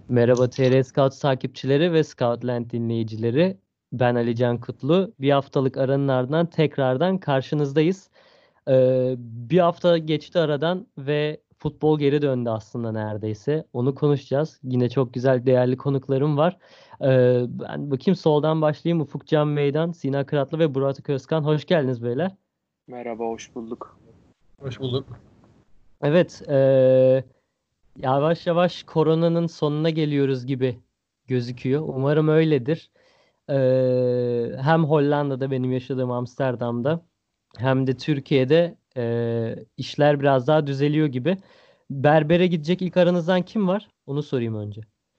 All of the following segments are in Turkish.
Merhaba TR Scout takipçileri ve Scoutland dinleyicileri. Ben Ali Can Kutlu. Bir haftalık aranın ardından tekrardan karşınızdayız. Bir hafta geçti aradan ve futbol geri döndü aslında neredeyse. Onu konuşacağız. Yine çok güzel, değerli konuklarım var. Ben bakayım soldan başlayayım. Ufuk Can Meydan, Sina Kıratlı ve Burak Özkan. Hoş geldiniz beyler. Merhaba, hoş bulduk. Hoş bulduk. Evet, yavaş yavaş koronanın sonuna geliyoruz gibi gözüküyor. Umarım öyledir. Hem Hollanda'da benim yaşadığım Amsterdam'da hem de Türkiye'de işler biraz daha düzeliyor gibi. Berbere gidecek ilk aranızdan kim var? Onu sorayım önce.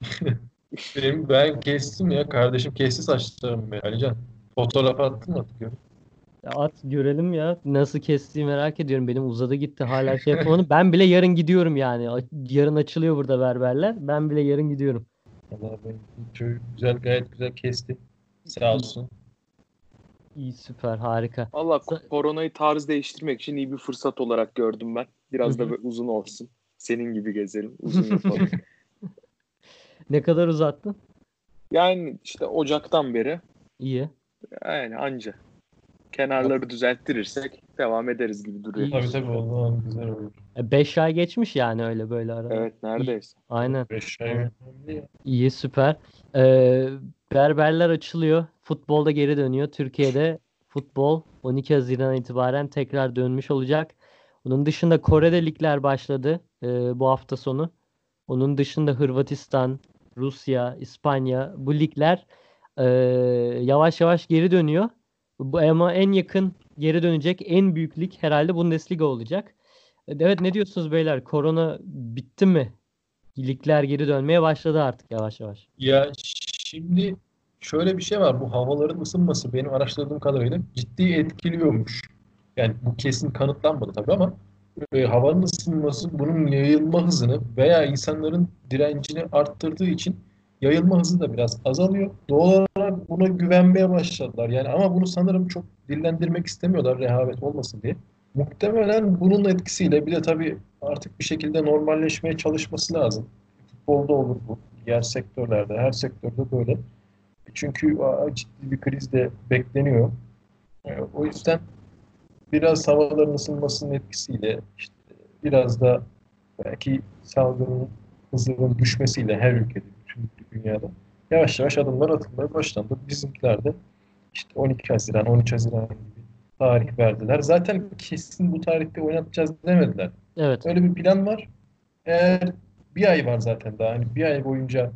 Ben kestim ya. Kardeşim kesti saçlarımı be Alican. Fotoğraf attın mı? Atıyorum. Ya at görelim ya. Nasıl kestiği merak ediyorum. Benim uzadı gitti. Hala şey yapamadım. Ben bile yarın gidiyorum yani. Yarın açılıyor burada berberler. Ben bile yarın gidiyorum. Vallahi çocuk güzel, gayet güzel kesti. Sağ İyi, olsun. iyi, süper, harika. Valla Sa- koronayı tarz değiştirmek için iyi bir fırsat olarak gördüm ben. Hı Biraz da hı. böyle uzun olsun. Senin gibi gezelim, uzun yapalım. Ne kadar uzattın? Yani işte Ocak'tan beri İyi. yani anca. Kenarları düzelttirirsek devam ederiz gibi duruyor. İyi. Tabii tabii o zaman güzel olur. 5 ay geçmiş yani öyle böyle aradan. Evet, İyi. neredeyse. Aynen. 5 ay önemli ya. İyi, süper. Ee, Berberler açılıyor. Futbolda geri dönüyor. Türkiye'de futbol 12 Haziran itibaren tekrar dönmüş olacak. Onun dışında Kore'de ligler başladı bu hafta sonu. Onun dışında Hırvatistan, Rusya, İspanya bu ligler e, yavaş yavaş geri dönüyor. Ama en yakın geri dönecek en büyük lig herhalde Bundesliga olacak. Evet, ne diyorsunuz beyler? Korona bitti mi? Ligler geri dönmeye başladı artık yavaş yavaş. Ya şimdi şöyle bir şey var. Bu havaların ısınması benim araştırdığım kadarıyla ciddi etkiliyormuş. Yani bu kesin kanıtlanmadı tabii ama havanın ısınması bunun yayılma hızını veya insanların direncini arttırdığı için yayılma hızı da biraz azalıyor. Doğal olarak buna güvenmeye başladılar. Yani ama bunu sanırım çok dillendirmek istemiyorlar rehavet olmasın diye. Muhtemelen bunun etkisiyle bir de tabii artık bir şekilde normalleşmeye çalışması lazım. Futbolda olur bu. Diğer sektörlerde, her sektörde böyle. Çünkü ciddi bir kriz de bekleniyor. O yüzden biraz havaların ısınmasının etkisiyle işte biraz da belki salgının hızının düşmesiyle her ülkede, bütün dünyada yavaş yavaş adımlar atılmaya başlandı. Bizimkiler de işte 12 Haziran, 13 Haziran gibi tarih verdiler. Zaten kesin bu tarihte oynatacağız demediler. Evet. Öyle bir plan var. Eğer bir ay var zaten daha. Hani bir ay boyunca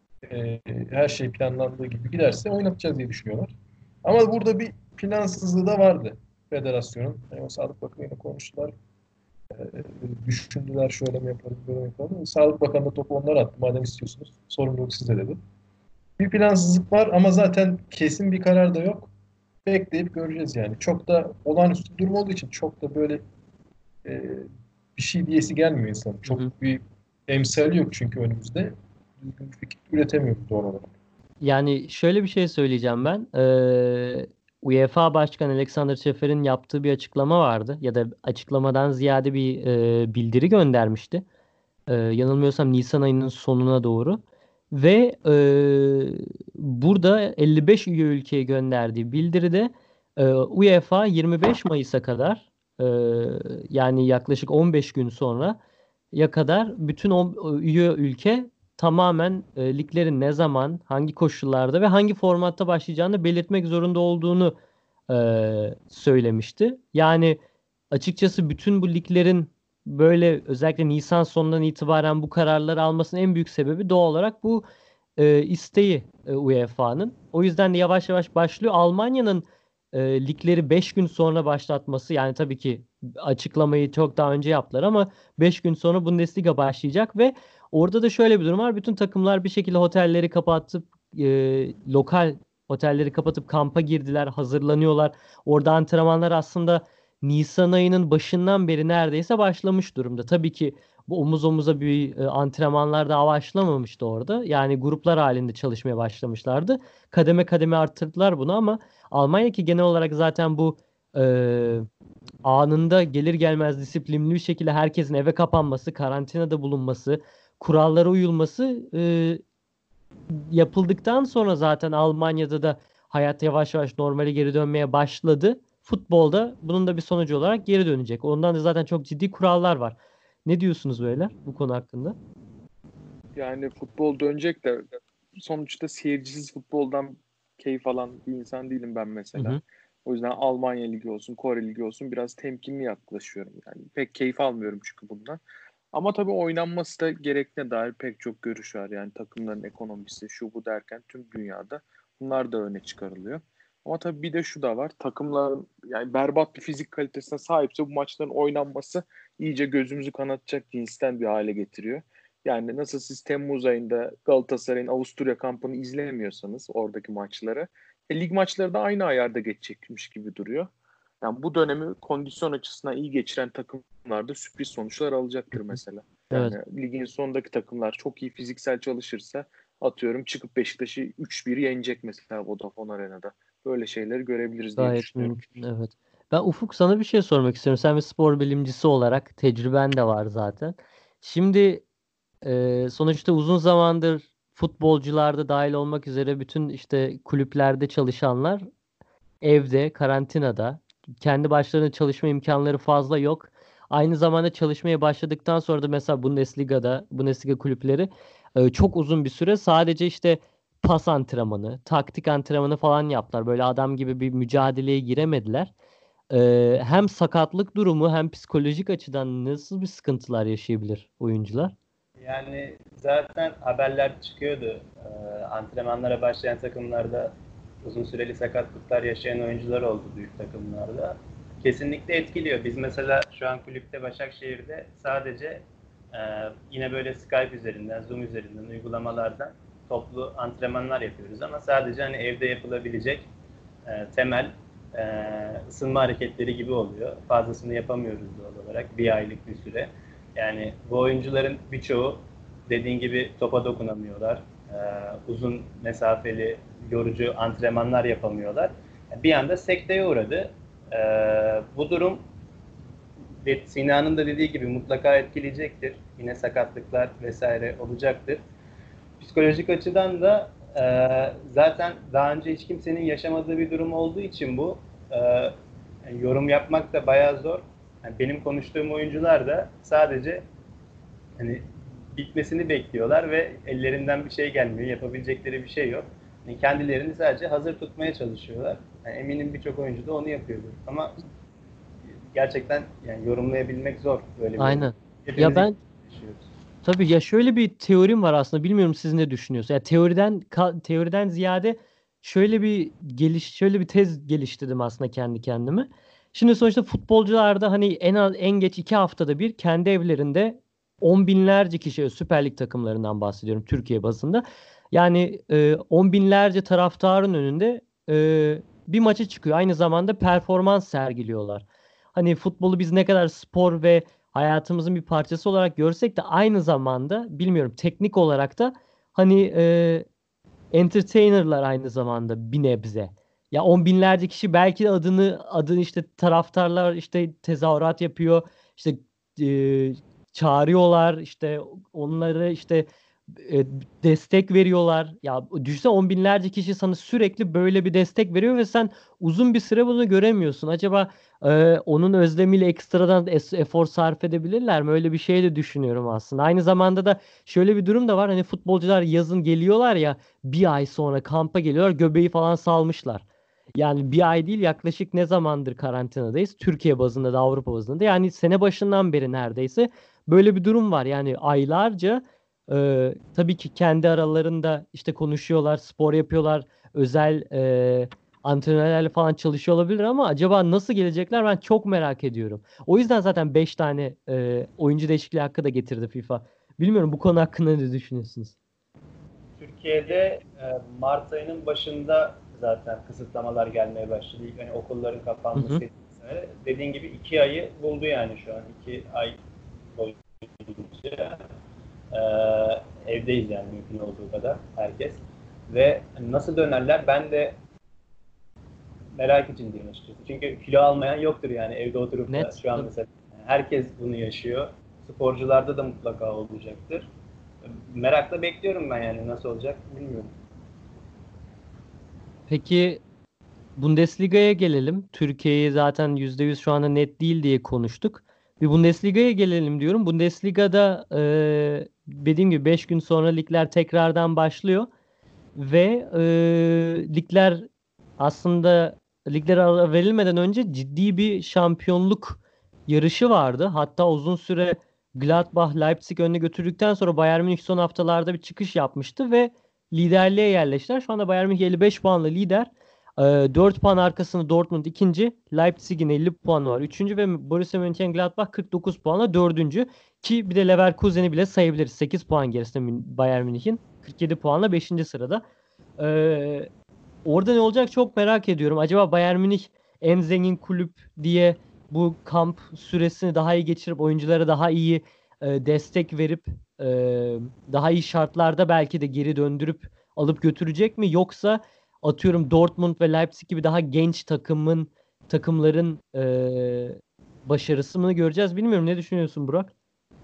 her şey planlandığı gibi giderse oynatacağız diye düşünüyorlar. Ama burada bir plansızlığı da vardı federasyonun. Yani o Sağlık Bakanı'yla konuştular. E, Düşündüler şöyle mi yapalım, böyle mi yapalım. Sağlık Bakanı da topu onlara attı. Madem istiyorsunuz sorumluluk size dedi. Bir plansızlık var ama zaten kesin bir karar da yok. Bekleyip göreceğiz yani. Çok da olağanüstü bir durum olduğu için çok da böyle e, bir şey diyesi gelmiyor insan. Hı hı. Çok bir emsal yok çünkü önümüzde. Düzgün bir fikir üretemiyoruz doğal olarak. Yani şöyle bir şey söyleyeceğim ben. UEFA Başkanı Alexander Çefer'in yaptığı bir açıklama vardı. Ya da açıklamadan ziyade bir bildiri göndermişti. Yanılmıyorsam Nisan ayının sonuna doğru. Ve burada 55 üye ülkeye gönderdiği bildiride UEFA 25 Mayıs'a kadar e, yani yaklaşık 15 gün sonra ya kadar bütün üye ülke tamamen liglerin ne zaman, hangi koşullarda ve hangi formatta başlayacağını belirtmek zorunda olduğunu söylemişti. Yani açıkçası bütün bu liglerin böyle özellikle Nisan sonundan itibaren bu kararları almasının en büyük sebebi doğal olarak bu isteği UEFA'nın. O yüzden de yavaş yavaş başlıyor. Almanya'nın ligleri 5 gün sonra başlatması, yani tabii ki açıklamayı çok daha önce yaptılar ama 5 gün sonra Bundesliga başlayacak ve orada da şöyle bir durum var. Bütün takımlar bir şekilde otelleri kapatıp lokal otelleri kapatıp kampa girdiler, hazırlanıyorlar. Orada antrenmanlar aslında Nisan ayının başından beri neredeyse başlamış durumda. Tabii ki bu omuz omuza bir antrenmanlar daha başlamamıştı orada. Yani gruplar halinde çalışmaya başlamışlardı. Kademe kademe arttırdılar bunu ama Almanya, ki genel olarak zaten bu e, anında gelir gelmez disiplinli bir şekilde herkesin eve kapanması, karantinada bulunması, kurallara uyulması yapıldıktan sonra zaten Almanya'da da hayat yavaş yavaş normale geri dönmeye başladı. Futbolda bunun da bir sonucu olarak geri dönecek. Ondan da zaten çok ciddi kurallar var. Ne diyorsunuz böyle bu konu hakkında? Yani futbol dönecek de sonuçta seyircisiz futboldan keyif alan bir insan değilim ben Hı mesela. hı. O yüzden Almanya Ligi olsun, Kore Ligi olsun biraz temkinli yaklaşıyorum. Yani pek keyif almıyorum çünkü bundan. Ama tabii oynanması da gerektiğine dair pek çok görüş var. Yani takımların ekonomisi, şu bu derken tüm dünyada bunlar da öne çıkarılıyor. Ama tabii bir de şu da var. Takımların yani berbat bir fizik kalitesine sahipse bu maçların oynanması iyice gözümüzü kanatacak cinsten bir hale getiriyor. Yani nasıl siz Temmuz ayında Galatasaray'ın Avusturya kampını izleyemiyorsanız oradaki maçları, lig maçları da aynı ayarda geçecekmiş gibi duruyor. Yani bu dönemi kondisyon açısından iyi geçiren takımlar da sürpriz sonuçlar alacaktır mesela. Evet. Yani ligin sonundaki takımlar çok iyi fiziksel çalışırsa atıyorum çıkıp Beşiktaş'ı 3-1 yenecek mesela Vodafone Arena'da. Böyle şeyleri görebiliriz diye Gayet düşünüyorum. mümkün, evet. Ben Ufuk sana bir şey sormak istiyorum. Sen bir spor bilimcisi olarak tecrüben de var zaten. Şimdi sonuçta uzun zamandır futbolcularda dahil olmak üzere bütün işte kulüplerde çalışanlar evde, karantinada, kendi başlarına çalışma imkanları fazla yok. Aynı zamanda çalışmaya başladıktan sonra da mesela Bundesliga kulüpleri çok uzun bir süre sadece işte pas antrenmanı, taktik antrenmanı falan yaptılar. Böyle adam gibi bir mücadeleye giremediler. Hem sakatlık durumu hem psikolojik açıdan nasıl bir sıkıntılar yaşayabilir oyuncular? Yani zaten haberler çıkıyordu. Antrenmanlara başlayan takımlarda uzun süreli sakatlıklar yaşayan oyuncular oldu büyük takımlarda. Kesinlikle etkiliyor. Biz mesela şu an kulüpte Başakşehir'de sadece yine böyle Skype üzerinden, Zoom üzerinden uygulamalardan toplu antrenmanlar yapıyoruz ama sadece hani evde yapılabilecek temel ısınma hareketleri gibi oluyor. Fazlasını yapamıyoruz doğal olarak bir aylık bir süre. Yani bu oyuncuların birçoğu dediğin gibi topa dokunamıyorlar. Uzun mesafeli, yorucu antrenmanlar yapamıyorlar. Bir anda sekteye uğradı. Bu durum Sinan'ın da dediği gibi mutlaka etkileyecektir. Yine sakatlıklar vesaire olacaktır. Psikolojik açıdan da zaten daha önce hiç kimsenin yaşamadığı bir durum olduğu için bu yani yorum yapmak da bayağı zor. Yani benim konuştuğum oyuncular da sadece hani bitmesini bekliyorlar ve ellerinden bir şey gelmiyor, yapabilecekleri bir şey yok. Yani kendilerini sadece hazır tutmaya çalışıyorlar. Yani eminim birçok oyuncu da onu yapıyordur. Ama gerçekten yani yorumlayabilmek zor böyle bir durum. Aynen. Ya Hepimiz ben yaşıyoruz. tabii ya şöyle bir teorim var aslında. Bilmiyorum siz ne düşünüyorsunuz? Ya teoriden ziyade şöyle bir tez geliştirdim aslında kendi kendime. Şimdi sonuçta futbolcularda hani en geç 2 haftada bir kendi evlerinde on binlerce kişi Süper Lig takımlarından bahsediyorum Türkiye bazında. Yani on binlerce taraftarın önünde bir maça çıkıyor. Aynı zamanda performans sergiliyorlar. Hani futbolu biz ne kadar spor ve hayatımızın bir parçası olarak görsek de aynı zamanda bilmiyorum teknik olarak da hani entertainerlar aynı zamanda bir nebze. Ya on binlerce kişi belki de adını işte taraftarlar işte tezahürat yapıyor. İşte e, çağırıyorlar işte onları işte e, destek veriyorlar. Ya düşünsene on binlerce kişi sana sürekli böyle bir destek veriyor ve sen uzun bir süre bunu göremiyorsun. Acaba onun özlemiyle ekstradan efor sarf edebilirler mi? Öyle bir şey de düşünüyorum aslında. Aynı zamanda da şöyle bir durum da var. Hani futbolcular yazın geliyorlar ya bir ay sonra kampa geliyorlar göbeği falan salmışlar. Yani bir ay değil yaklaşık ne zamandır karantinadayız? Türkiye bazında da Avrupa bazında da. Yani sene başından beri neredeyse böyle bir durum var. Yani aylarca tabii ki kendi aralarında işte konuşuyorlar, spor yapıyorlar, özel antrenörlerle falan çalışıyor olabilir ama acaba nasıl gelecekler ben çok merak ediyorum. O yüzden zaten 5 tane oyuncu değişikliği hakkı da getirdi FIFA. Bilmiyorum bu konu hakkında ne düşünüyorsunuz? Türkiye'de Mart ayının başında zaten kısıtlamalar gelmeye başladı. İlk hani okulların Hı hı. kapanması vesaire. Dediğin gibi 2 ayı buldu yani şu an. 2 ay boyunca evdeyiz yani mümkün olduğu kadar herkes. Ve nasıl dönerler ben de merak içindeyim açıkçası. Çünkü kilo almayan yoktur yani evde oturup da Net. şu an Tabii. mesela herkes bunu yaşıyor. Sporcularda da mutlaka olacaktır. Merakla bekliyorum ben, yani nasıl olacak bilmiyorum. Peki Bundesliga'ya gelelim. Türkiye'yi zaten %100 şu anda net değil diye konuştuk. Bir Bundesliga'ya gelelim diyorum. Bundesliga'da dediğim gibi 5 gün sonra ligler tekrardan başlıyor. Ve ligler aslında ligler ara verilmeden önce ciddi bir şampiyonluk yarışı vardı. Hatta uzun süre Gladbach, Leipzig önüne götürdükten sonra Bayern Münih son haftalarda bir çıkış yapmıştı ve liderliğe yerleştiler. Şu anda Bayern Münih 55 puanla lider. 4 puan arkasında Dortmund ikinci. Leipzig'in 50 puanı var. Üçüncü ve Borussia Mönchengladbach 49 puanla dördüncü. Ki bir de Leverkusen'i bile sayabiliriz. 8 puan gerisinde Bayern Münih'in. 47 puanla 5. sırada. Ee, Orada ne olacak çok merak ediyorum. Acaba Bayern Münih en zengin kulüp diye bu kamp süresini daha iyi geçirip oyunculara daha iyi destek verip e, daha iyi şartlarda belki de geri döndürüp alıp götürecek mi? Yoksa atıyorum Dortmund ve Leipzig gibi daha genç takımların başarısı mı göreceğiz bilmiyorum. Ne düşünüyorsun Burak?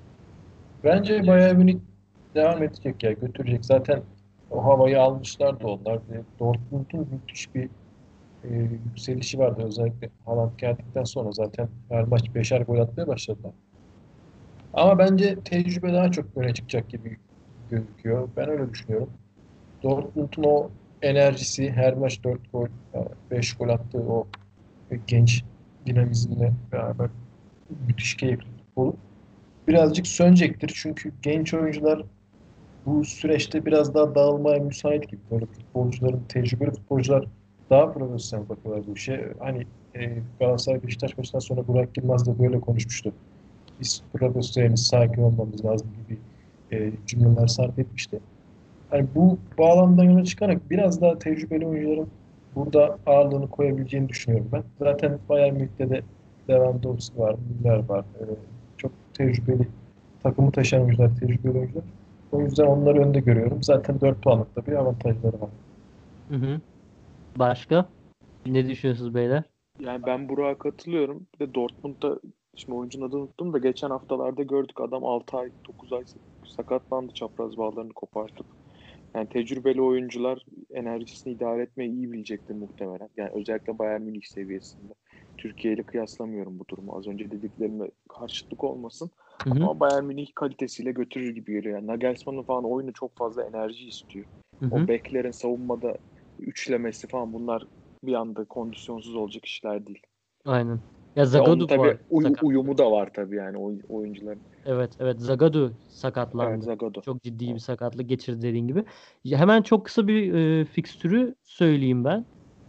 Bence Bayern Münih devam edecek ya, götürecek. Zaten o havayı almışlar da onlar. Dortmund'un müthiş bir yükselişi vardı. Özellikle Haaland geldikten sonra zaten her maç beşer gol atmaya başladılar. Ama bence tecrübe daha çok öne çıkacak gibi gözüküyor. Ben öyle düşünüyorum. Dortmund'un o enerjisi, her maç 4 gol, 5 gol attığı o genç dinamizmle beraber müthiş keyifli futbolu birazcık sönecektir. Çünkü genç oyuncular bu süreçte biraz daha dağılmaya müsait gibi. Böyle futbolcuların, tecrübeli futbolcular daha profesyonel bakıyorlar bu işe. Hani Galatasaray Beşiktaş maçından sonra Burak Yılmaz da böyle konuşmuştu. Biz profesyoneliz, sakin olmamız lazım gibi cümleler sarf etmişti. Hani bu bağlamdan yola çıkarak biraz daha tecrübeli oyuncuların burada ağırlığını koyabileceğini düşünüyorum ben. Zaten Bayern Münih'te de Lewandowski var, Müller var. Çok tecrübeli, takımı taşıyan oyuncular, tecrübeli oyuncular. O yüzden onları önde görüyorum. Zaten 4 puanlık da bir avantajları var. Hı hı. Başka? Ne düşünüyorsunuz beyler? Yani ben Burak'a katılıyorum. Bir de Dortmund'da şimdi oyuncunun adını unuttum da geçen haftalarda gördük, adam 6 ay 9 ay sakatlandı, çapraz bağlarını kopartıp. Yani tecrübeli oyuncular enerjisini idare etmeyi iyi bilecektir muhtemelen. Yani özellikle Bayern Münih seviyesinde. Türkiye ile kıyaslamıyorum bu durumu. Az önce dediklerime karşıtlık olmasın. Hı hı. Ama Bayern Münih kalitesiyle götürür gibi geliyor. Yani Nagelsmann'ın falan oyunu çok fazla enerji istiyor. Hı hı. O beklerin savunmada üçlemesi falan, bunlar bir anda kondisyonsuz olacak işler değil. Aynen. Ya Ve onun Zagadou tabii var sakat. uyumu da var tabii yani oyuncuların. Evet, Zagadou Evet, sakatlandı. Zagadou. Çok ciddi bir Evet. sakatlık geçirdi dediğin gibi. Ya hemen çok kısa bir fikstürü söyleyeyim ben.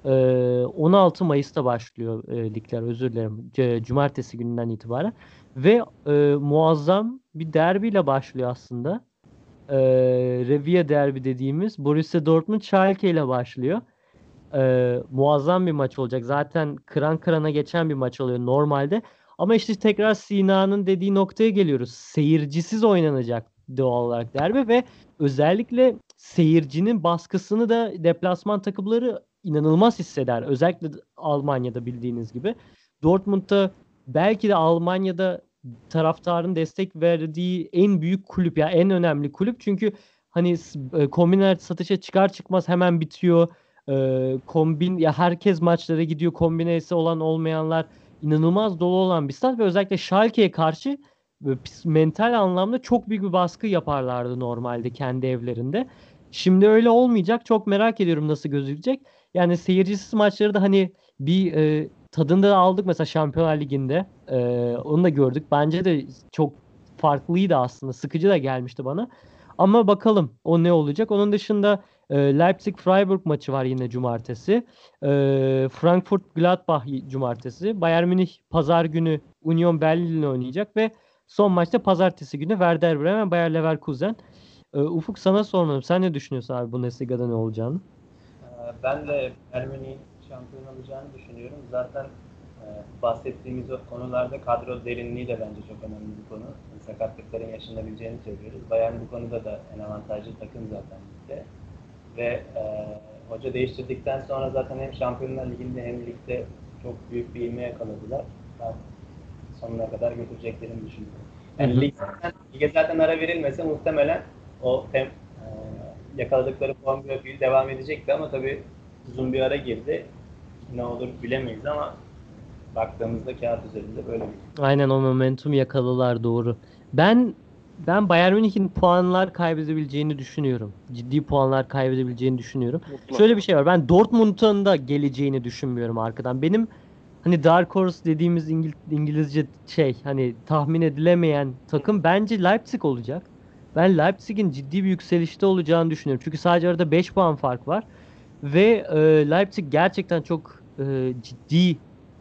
16 Mayıs'ta başlıyor ligler, özür dilerim. Cumartesi gününden itibaren. Ve muazzam bir derbiyle başlıyor aslında. Revia derbi dediğimiz Borussia Dortmund Schalke ile başlıyor. Muazzam bir maç olacak. Zaten kıran kırana geçen bir maç oluyor normalde. Ama işte tekrar Sina'nın dediği noktaya geliyoruz. Seyircisiz oynanacak doğal olarak derbi ve özellikle seyircinin baskısını da deplasman takımları inanılmaz hisseder. Özellikle Almanya'da bildiğiniz gibi. Dortmund'da belki de Almanya'da taraftarın destek verdiği en büyük kulüp ya en önemli kulüp. Çünkü hani kombiner satışa çıkar çıkmaz hemen bitiyor. Kombin ya herkes maçlara gidiyor. Kombinesi olan olmayanlar inanılmaz dolu olan bir stat ve özellikle Schalke'ye karşı mental anlamda çok büyük bir baskı yaparlardı normalde kendi evlerinde. Şimdi öyle olmayacak. Çok merak ediyorum nasıl gözükecek. Yani seyircisiz maçları da hani bir tadında da aldık mesela Şampiyonlar Ligi'nde. Onu da gördük. Bence de çok farklıydı aslında. Sıkıcı da gelmişti bana. Ama bakalım o ne olacak. Onun dışında Leipzig-Freiburg maçı var yine cumartesi. Frankfurt-Gladbach cumartesi. Bayern Münih pazar günü Union Berlin'le oynayacak ve son maçta pazartesi günü Werder Bremen Bayer Leverkusen. Ufuk sana sormadım. Sen ne düşünüyorsun abi Bundesliga'da ne olacağını? Ben de Ermeni'nin şampiyon olacağını düşünüyorum. Zaten bahsettiğimiz o konularda kadro derinliği de bence çok önemli bir konu. Sakatlıkların yaşanabileceğini söylüyoruz. Bayern bu konuda da en avantajlı takım zaten ligde. Ve hoca değiştirdikten sonra zaten hem Şampiyonlar Ligi'nde hem ligde çok büyük bir ivme yakaladılar. Ben sonuna kadar götüreceklerini düşünüyorum. Yani lige zaten ara verilmese muhtemelen yakaladıkları puan grafiği devam edecekti ama tabii uzun bir ara girdi. Ne olur bilemeyiz ama baktığımızda kağıt üzerinde böyle bir. Aynen o momentum yakaladılar, doğru. Ben Bayern Münih'in puanlar kaybedebileceğini düşünüyorum. Ciddi puanlar kaybedebileceğini düşünüyorum. Mutlaka. Şöyle bir şey var. Ben Dortmund'un da geleceğini düşünmüyorum arkadan. Benim hani Dark Horse dediğimiz İngilizce hani tahmin edilemeyen takım bence Leipzig olacak. Ben Leipzig'in ciddi bir yükselişte olacağını düşünüyorum. Çünkü sadece arada 5 puan fark var. Ve Leipzig gerçekten çok ciddi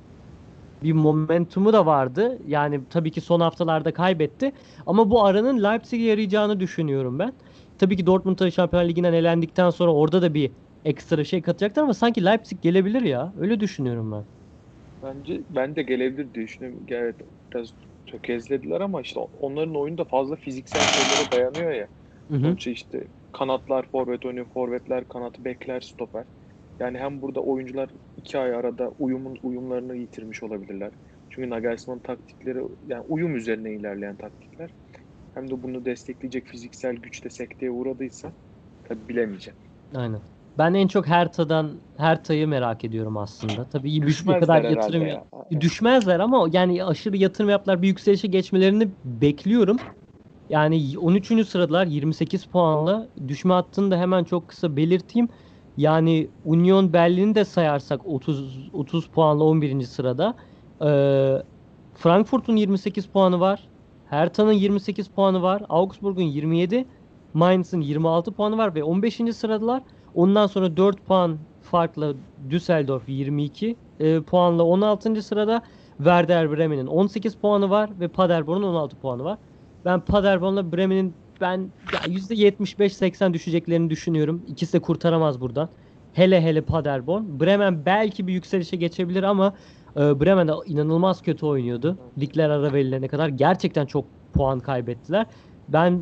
bir momentumu da vardı. Yani tabii ki son haftalarda kaybetti. Ama bu aranın Leipzig'e yarayacağını düşünüyorum ben. Tabii ki Dortmund'a Şampiyonlar Ligi'nden elendikten sonra orada da bir ekstra şey katacaktır ama sanki Leipzig gelebilir ya. Öyle düşünüyorum ben. Bence ben de gelebilir diye düşünüyorum. Evet, biraz tökezlediler ama işte onların oyunu da fazla fiziksel şeylere dayanıyor ya. Hı hı. Sonuçta işte kanatlar forvet oynuyor, forvetler kanat, bekler stoper. Yani hem burada oyuncular 2 ay arada uyumlarını yitirmiş olabilirler. Çünkü Nagelsmann taktikleri yani uyum üzerine ilerleyen taktikler. Hem de bunu destekleyecek fiziksel güçte sekteye uğradıysa tabii bilemeyeceğim. Aynen. Ben en çok Hertha'yı merak ediyorum aslında. Tabii iyi o kadar Düşmezler herhalde ya. düşmezler ama yani aşırı yatırım yaptılar. Bir yükselişe geçmelerini bekliyorum. Yani 13. sıradılar 28 puanla. Düşme hattını da hemen çok kısa belirteyim. Yani Union Berlin'i de sayarsak 30 puanla 11. sırada. Ee, Frankfurt'un 28 puanı var. Hertha'nın 28 puanı var. Augsburg'un 27, Mainz'ın 26 puanı var ve 15. sıradılar. Ondan sonra 4 puan farkla Düsseldorf 22 puanla 16. sırada. Werder Bremen'in 18 puanı var ve Paderborn'un 16 puanı var. Ben Paderborn'la Bremen'in ya %75-80 düşeceklerini düşünüyorum. İkisi de kurtaramaz buradan. Hele hele Paderborn. Bremen belki bir yükselişe geçebilir ama Bremen de inanılmaz kötü oynuyordu. Ligler ara verilene kadar gerçekten çok puan kaybettiler. Ben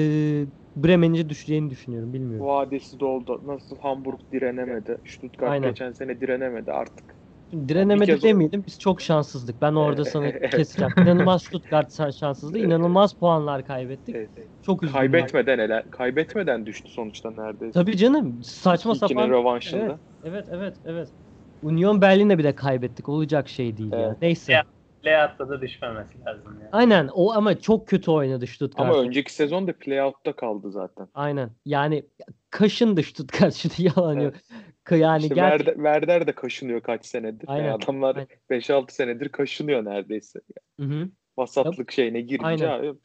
Bremen'in düşeceğini düşünüyorum. Bilmiyorum. Vadesi doldu. Nasıl Hamburg direnemedi. Stuttgart Aynen. geçen sene direnemedi artık. Direnemedi Bir kez demeyelim. Biz çok şanssızdık. Ben orada sana Evet. keseceğim. İnanılmaz Stuttgart şanssızlığı. İnanılmaz puanlar kaybettik. Evet. Çok üzgünüm. Kaybetmeden düştü sonuçta neredeyse. Tabii canım. Saçma 2-2'nin sapan. Evet. rövanşında. Evet. Union Berlin'le bir de kaybettik. Olacak şey değil ya. Evet. Neyse. Playout'ta da düşmemesi lazım ya. Aynen o ama çok kötü oynadı Ama Stuttgart. önceki sezon da playout'ta kaldı zaten. Aynen. Yani kaşındı Stuttgart. Şimdi yalan yok. Evet. Yani İşte gerçekten. Werder de kaşınıyor kaç senedir. Yani Aynen. adamlar Aynen. 5-6 senedir kaşınıyor neredeyse. Hı-hı. Vasatlık şeyine girince Aynen. abi,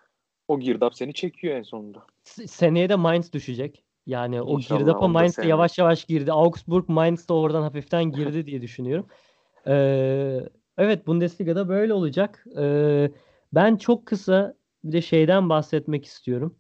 o girdap seni çekiyor en sonunda. Seneye de Mainz düşecek. Yani o İnşallah girdapa onu da Mainz de sevmem. yavaş yavaş girdi. Augsburg, Mainz de oradan hafiften girdi diye düşünüyorum. Evet, Bundesliga'da böyle olacak. Ben çok kısa bir de şeyden bahsetmek istiyorum.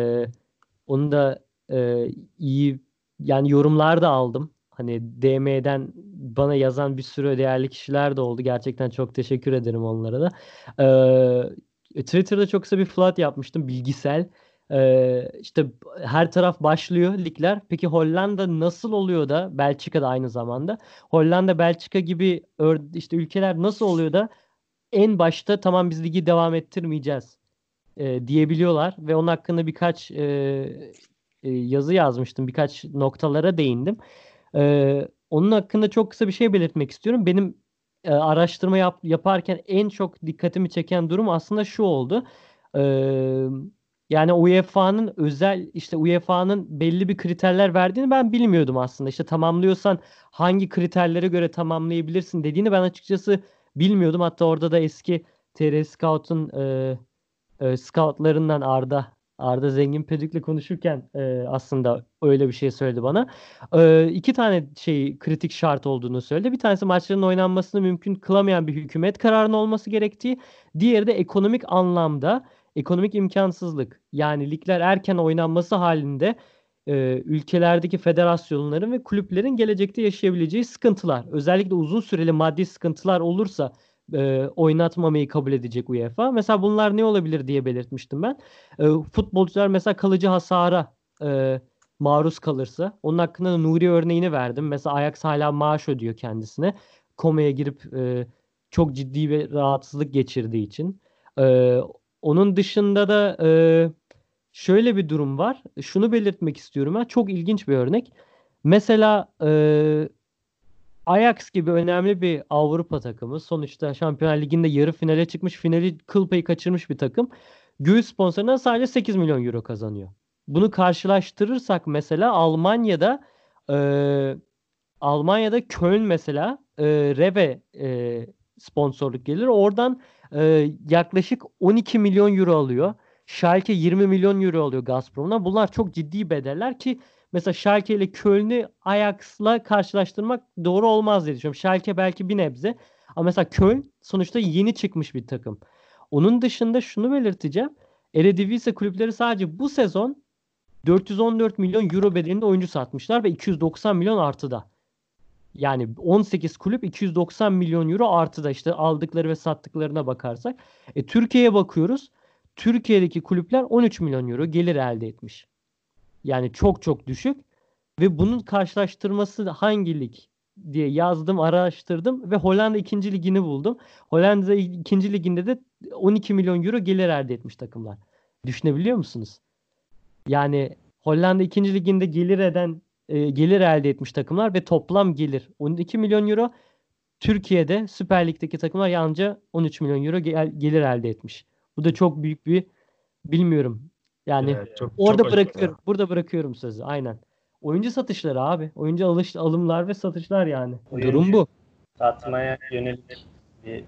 Onu da iyi yani yorumlar da aldım. Hani DM'den bana yazan bir sürü değerli kişiler de oldu. Gerçekten çok teşekkür ederim onlara da. Twitter'da çok kısa bir flood yapmıştım bilgisel. İşte her taraf başlıyor ligler. Peki Hollanda nasıl oluyor da Belçika'da aynı zamanda. Hollanda, Belçika gibi işte ülkeler nasıl oluyor da en başta tamam biz ligi devam ettirmeyeceğiz diyebiliyorlar ve onun hakkında birkaç yazı yazmıştım. Birkaç noktalara değindim. Onun hakkında çok kısa bir şey belirtmek istiyorum. Benim araştırma yaparken en çok dikkatimi çeken durum aslında şu oldu. Ee, Yani UEFA'nın belli bir kriterler verdiğini ben bilmiyordum aslında. İşte tamamlıyorsan hangi kriterlere göre tamamlayabilirsin dediğini ben açıkçası bilmiyordum. Hatta orada da eski TR Scout'un scoutlarından Arda Zengin Pedük'le konuşurken aslında öyle bir şey söyledi bana. İki tane kritik şart olduğunu söyledi. Bir tanesi maçların oynanmasını mümkün kılamayan bir hükümet kararının olması gerektiği. Diğeri de ekonomik anlamda ekonomik imkansızlık. Yani ligler erken oynanması halinde ülkelerdeki federasyonların ve kulüplerin gelecekte yaşayabileceği sıkıntılar. Özellikle uzun süreli maddi sıkıntılar olursa oynatmamayı kabul edecek UEFA. Mesela bunlar ne olabilir diye belirtmiştim ben. Futbolcular mesela kalıcı hasara maruz kalırsa. Onun hakkında da Nuri örneğini verdim. Mesela Ajax hala maaş ödüyor kendisine. Komaya girip çok ciddi bir rahatsızlık geçirdiği için. E, Onun dışında da şöyle bir durum var. Şunu belirtmek istiyorum ben. Çok ilginç bir örnek. Mesela Ajax gibi önemli bir Avrupa takımı. Sonuçta Şampiyonlar Ligi'nde yarı finale çıkmış, finali kıl payı kaçırmış bir takım. Göğüs sponsorundan sadece 8 milyon euro kazanıyor. Bunu karşılaştırırsak mesela Almanya'da Köln mesela Rewe sponsorluk gelir. Oradan yaklaşık 12 milyon euro alıyor. Schalke 20 milyon euro alıyor Gazprom'dan. Bunlar çok ciddi bedeller ki mesela Schalke ile Köln'ü Ajax'la karşılaştırmak doğru olmaz diye düşünüyorum. Schalke belki bir nebze ama mesela Köln sonuçta yeni çıkmış bir takım. Onun dışında şunu belirteceğim. Eredivisie kulüpleri sadece bu sezon 414 milyon euro bedelinde oyuncu satmışlar ve 290 milyon artıda. Yani 18 kulüp 290 milyon euro artıda işte aldıkları ve sattıklarına bakarsak. Türkiye'ye bakıyoruz. Türkiye'deki kulüpler 13 milyon euro gelir elde etmiş. Yani çok çok düşük. Ve bunun karşılaştırması hangi lig diye yazdım, araştırdım ve Hollanda 2. ligini buldum. Hollanda 2. liginde de 12 milyon euro gelir elde etmiş takımlar. Düşünebiliyor musunuz? Yani Hollanda 2. liginde gelir elde etmiş takımlar ve toplam gelir 12 milyon euro. Türkiye'de Süper Lig'deki takımlar yalnızca 13 milyon euro gelir elde etmiş. Bu da çok büyük bir bilmiyorum. Yani Çok orada acı bırakıyorum. Burada bırakıyorum sözü. Aynen. Oyuncu satışları abi. Oyuncu alımlar ve satışlar yani. Durum Oyuncu bu. satmaya yönelik bir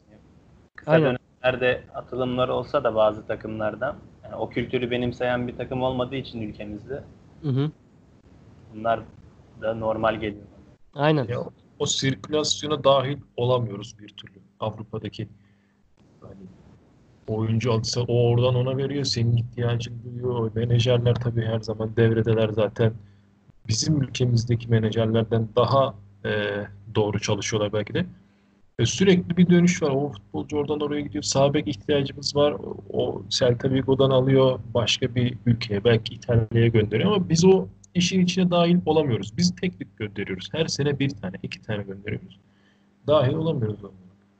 kısa Aynen. dönemlerde atılımlar olsa da bazı takımlardan, yani o kültürü benimseyen bir takım olmadığı için ülkemizde Hı hı. bunlar da normal geliyor. Aynen. Ya, o sirkülasyona dahil olamıyoruz bir türlü. Avrupa'daki hani oyuncu alırsa o oradan ona veriyor. Senin ihtiyacın duyuyor. O menajerler tabii her zaman devredeler zaten. Bizim ülkemizdeki menajerlerden daha e, doğru çalışıyorlar belki de. Sürekli bir dönüş var. O futbolcu oradan oraya gidiyor. Sağ bek ihtiyacımız var. O Celta Vigo'dan alıyor. Başka bir ülkeye, belki İtalya'ya gönderiyor ama biz o işin içine dahil olamıyoruz. Biz teknik gönderiyoruz. Her sene bir tane, iki tane gönderiyoruz. Dahil olamıyoruz onlara.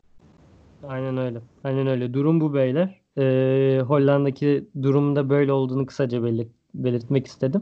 Aynen öyle. Aynen öyle. Durum bu beyler. Hollanda'daki durumda böyle olduğunu kısaca belirtmek istedim.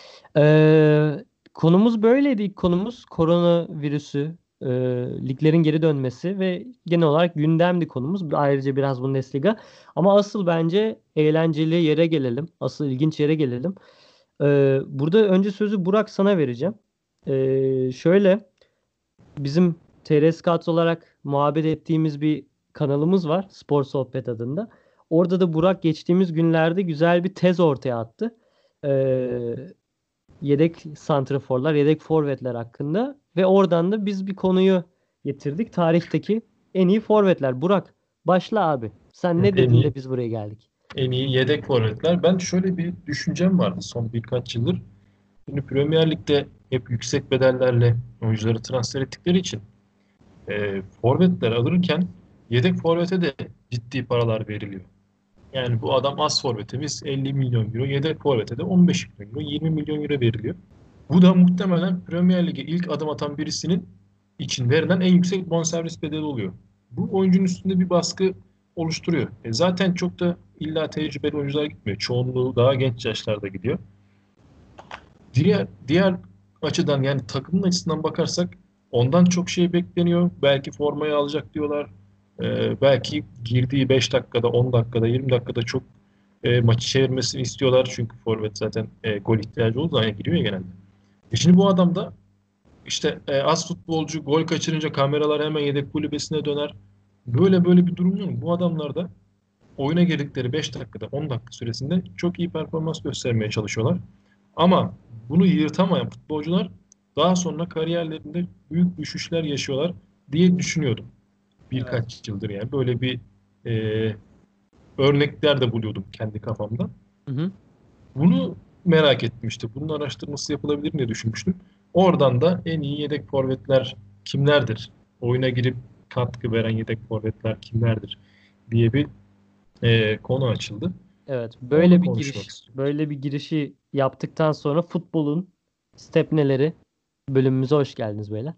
Konumuz böyleydi. İlk konumuz koronavirüsü, e, liglerin geri dönmesi ve genel olarak gündemdi konumuz. Ayrıca biraz Bundesliga. Ama asıl bence eğlenceli yere gelelim. Asıl ilginç yere gelelim. Burada önce sözü Burak sana vereceğim. Şöyle bizim TR Scouts olarak muhabbet ettiğimiz bir kanalımız var. Spor Sohbet adında. Orada da Burak geçtiğimiz günlerde güzel bir tez ortaya attı. Ee, Yedek santraforlar, yedek forvetler hakkında ve oradan da biz bir konuyu getirdik. Tarihteki en iyi forvetler. Burak, başla abi. Sen ne En dedin iyi, de biz buraya geldik? en iyi yedek forvetler. Ben şöyle bir düşüncem vardı son birkaç yıldır. Şimdi Premier Lig'de hep yüksek bedellerle oyuncuları transfer ettikleri için forvetler alırken yedek forvete de ciddi paralar veriliyor. Yani bu adam az forvetimiz 50 milyon euro, yedek forvete de 15 milyon euro, 20 milyon euro veriliyor. Bu da muhtemelen Premier Lig'e ilk adım atan birisinin için verilen en yüksek bonservis bedeli oluyor. Bu oyuncunun üstünde bir baskı oluşturuyor. Zaten çok da illa tecrübeli oyuncular gitmiyor. Çoğunluğu daha genç yaşlarda gidiyor. Diğer açıdan yani takımın açısından bakarsak ondan çok şey bekleniyor. Belki formayı alacak diyorlar. Belki girdiği 5 dakikada, 10 dakikada, 20 dakikada çok maçı çevirmesini istiyorlar. Çünkü forvet zaten gol ihtiyacı olduğu zaman giriyor ya genelde. Şimdi bu adam da işte az futbolcu gol kaçırınca kameralar hemen yedek kulübesine döner. Böyle bir durum yok. Bu adamlar da oyuna girdikleri 5 dakikada 10 dakika süresinde çok iyi performans göstermeye çalışıyorlar. Ama bunu yırtamayan futbolcular daha sonra kariyerlerinde büyük düşüşler yaşıyorlar diye düşünüyordum. Evet. Birkaç yıldır yani böyle bir e, örnekler de buluyordum kendi kafamda. Hı hı. Bunu merak ettim işte. Bunun araştırması yapılabilir diye düşünmüştüm. Oradan da en iyi yedek forvetler kimlerdir? Oyuna girip katkı veren yedek forvetler kimlerdir diye bir konu açıldı. Evet, Onu konuşmak istiyorum. böyle bir girişi yaptıktan sonra futbolun stepneleri bölümümüze hoş geldiniz beyler.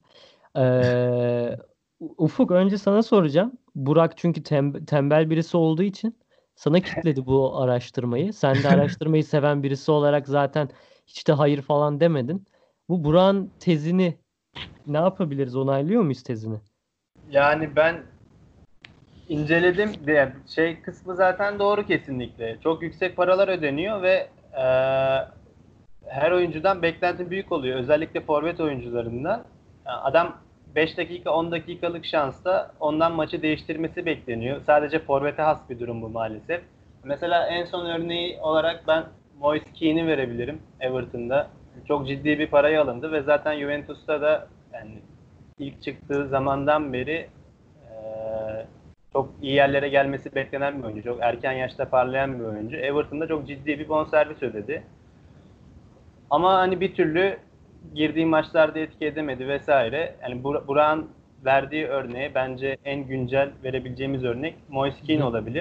Ufuk önce sana soracağım. Burak çünkü tembel birisi olduğu için sana kitledi bu araştırmayı. Sen de araştırmayı seven birisi olarak zaten hiç de hayır falan demedin. Bu Burak'ın tezini ne yapabiliriz? Onaylıyor muyuz tezini? Yani ben inceledim. Şey kısmı zaten doğru kesinlikle. Çok yüksek paralar ödeniyor ve her oyuncudan beklenti büyük oluyor. Özellikle forvet oyuncularından. Adam 5 dakika 10 dakikalık şansta ondan maçı değiştirmesi bekleniyor. Sadece forvete has bir durum bu maalesef. Mesela en son örneği olarak ben Moise Kean'i verebilirim Everton'da. Çok ciddi bir paraya alındı ve zaten Juventus'ta da yani ilk çıktığı zamandan beri çok iyi yerlere gelmesi beklenen bir oyuncu. Çok erken yaşta parlayan bir oyuncu. Everton'da çok ciddi bir bonservis ödedi. Ama hani bir türlü girdiği maçlarda etki edemedi vesaire. Yani Burak'ın verdiği örneğe bence en güncel verebileceğimiz örnek Moise Kean olabilir.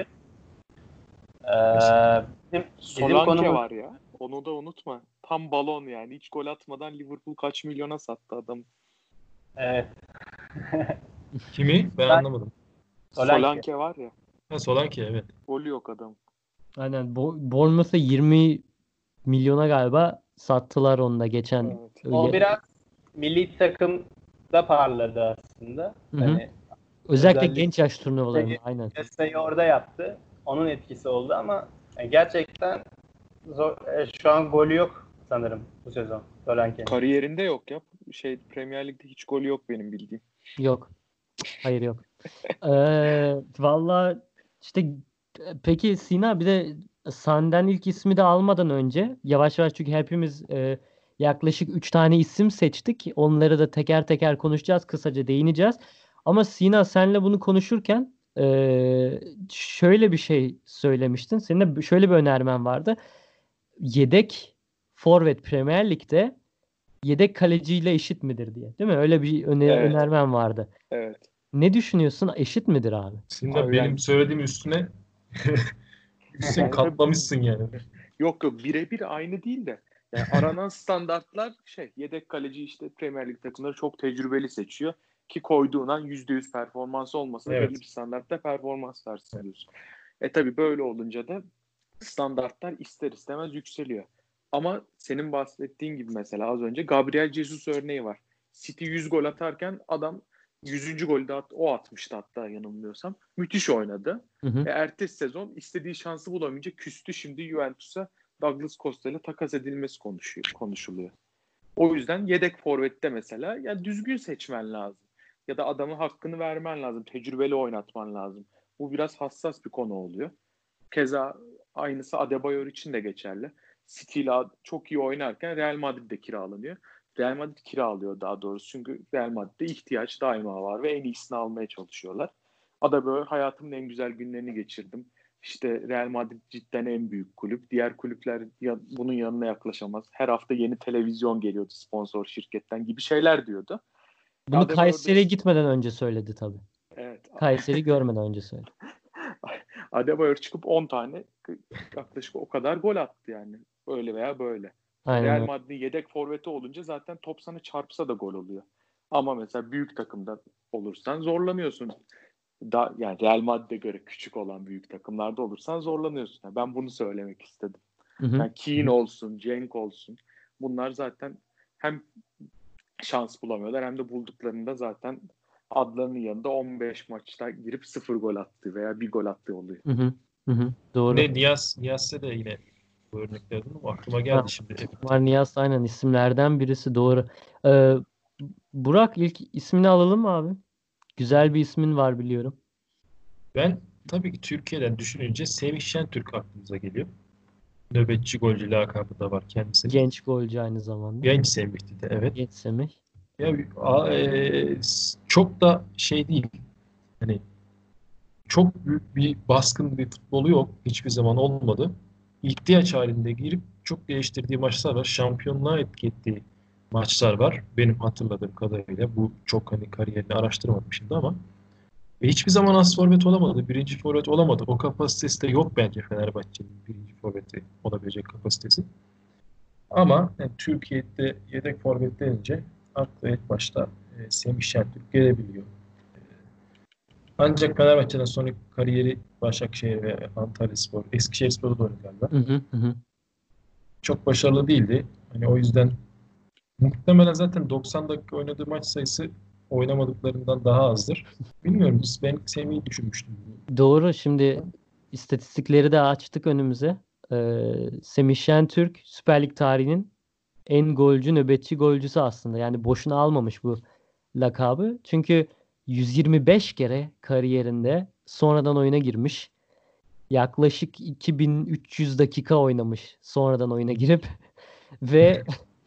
Bizim Solanke konumuz var ya. Onu da unutma. Tam balon yani. Hiç gol atmadan Liverpool kaç milyona sattı adam. evet. Kimi? Ben anlamadım. Solanke var ya. Ha, Solanke, evet. Golü yok adam. Aynen. Bournemouth'a 20 milyona galiba sattılar onu da geçen. Evet. O biraz milli takımda parladı aslında. Hı hı. Hani Özellikle özellikle genç yaş turnuvalarında aynen. Mesleği orada yaptı. Onun etkisi oldu ama gerçekten zor, şu an golü yok sanırım bu sezon Solanke'nin. Kariyerinde yok ya. Premier Lig'de hiç golü yok benim bildiğim. Yok. Hayır yok. Valla işte peki Sina bir de senden ilk ismi de almadan önce yavaş yavaş çünkü hepimiz yaklaşık 3 tane isim seçtik. Onları da teker teker konuşacağız. Kısaca değineceğiz. Ama Sina senle bunu konuşurken şöyle bir şey söylemiştin. Senin de şöyle bir önermen vardı. Yedek forvet Premier Lig'de yedek kaleciyle eşit midir diye. Değil mi? Öyle bir Evet. önermen vardı. Evet. Ne düşünüyorsun? Eşit midir abi? Senin de Abi benim yani- söylediğim üstüne sen katlamışsın yani. Yok birebir aynı değil de. Yani aranan standartlar yedek kaleci işte Premier Lig takımları çok tecrübeli seçiyor. Ki koyduğun an %100 performans olmasa da Evet. belli bir standartta performans versin diyorsun. Tabii böyle olunca da standartlar ister istemez yükseliyor. Ama senin bahsettiğin gibi mesela az önce Gabriel Jesus örneği var. City 100 gol atarken adam 100. golü de o atmıştı hatta yanılmıyorsam. Müthiş oynadı. Hı hı. Ertesi sezon istediği şansı bulamayınca küstü. Şimdi Juventus'a Douglas Costa ile takas edilmesi konuşuluyor. O yüzden yedek forvette mesela ya düzgün seçmen lazım. Ya da adamın hakkını vermen lazım. Tecrübeli oynatman lazım. Bu biraz hassas bir konu oluyor. Keza aynısı Adebayor için de geçerli. City ile çok iyi oynarken Real Madrid'de kiralanıyor. Real Madrid kiralıyor daha doğrusu. Çünkü Real Madrid'de ihtiyaç daima var ve en iyisini almaya çalışıyorlar. Adebayor hayatımın en güzel günlerini geçirdim. İşte Real Madrid cidden en büyük kulüp. Diğer kulüpler bunun yanına yaklaşamaz. Her hafta yeni televizyon geliyordu sponsor şirketten gibi şeyler diyordu. Bunu Adebayor Kayseri'ye gitmeden önce söyledi tabii. Evet. Kayseri görmeden önce söyledi. Adebayor çıkıp 10 tane yaklaşık o kadar gol attı yani. Öyle veya böyle. Aynen Real öyle. Madrid'in yedek forveti olunca zaten top sana çarpsa da gol oluyor. Ama mesela büyük takımda olursan zorlanıyorsun. Yani Real Madrid'e göre küçük olan büyük takımlarda olursan zorlanıyorsun. Yani ben bunu söylemek istedim. Hı hı. Yani Keane olsun, Cenk olsun. Bunlar zaten hem şans bulamıyorlar hem de bulduklarında zaten adlarının yanında 15 maçta girip 0 gol attı veya 1 gol attığı oluyor. Hı hı. Hı hı. Doğru. Ne Niyaz'da da yine bu örneklerden ama aklıma geldi şimdi. Evet. Var Niyaz aynen isimlerden birisi doğru. Burak ilk ismini alalım mı abi? Güzel bir ismin var biliyorum. Ben tabii ki Türkiye'den düşününce Semih Şentürk aklımıza geliyor. Nöbetçi golcü lakabı da var kendisinin. Genç golcü aynı zamanda. Genç Semih'ti de, evet. Genç Semih. Ya, çok da şey değil. Hani çok büyük bir baskın bir futbolu yok. Hiçbir zaman olmadı. İhtiyaç halinde girip çok değiştirdiği maçlar var. Şampiyonluğa etki ettiği maçlar var. Benim hatırladığım kadarıyla. Bu çok hani kariyerini araştırmadım şimdi ama. Ve hiçbir zaman as forvet olamadı. Birinci forvet olamadı. O kapasitesi de yok bence Fenerbahçe'nin birinci forveti olabilecek kapasitesi. Ama yani Türkiye'de yedek forvet denince akla ilk başta Semih Şentürk gelebiliyor. Ancak Fenerbahçe'den sonra kariyeri Başakşehir ve Antalyaspor, Eskişehirspor'da da oynadı galiba. Hı. Çok başarılı değildi. Hani o yüzden muhtemelen zaten 90 dakika oynadığı maç sayısı oynamadıklarından daha azdır. Bilmiyorum. Ben Semih'i düşünmüştüm. Doğru. Şimdi istatistikleri de açtık önümüze. Semih Şentürk Süper Lig tarihinin en golcü, nöbetçi golcüsü aslında. Yani boşuna almamış bu lakabı. Çünkü 125 kere kariyerinde sonradan oyuna girmiş. Yaklaşık 2300 dakika oynamış sonradan oyuna girip ve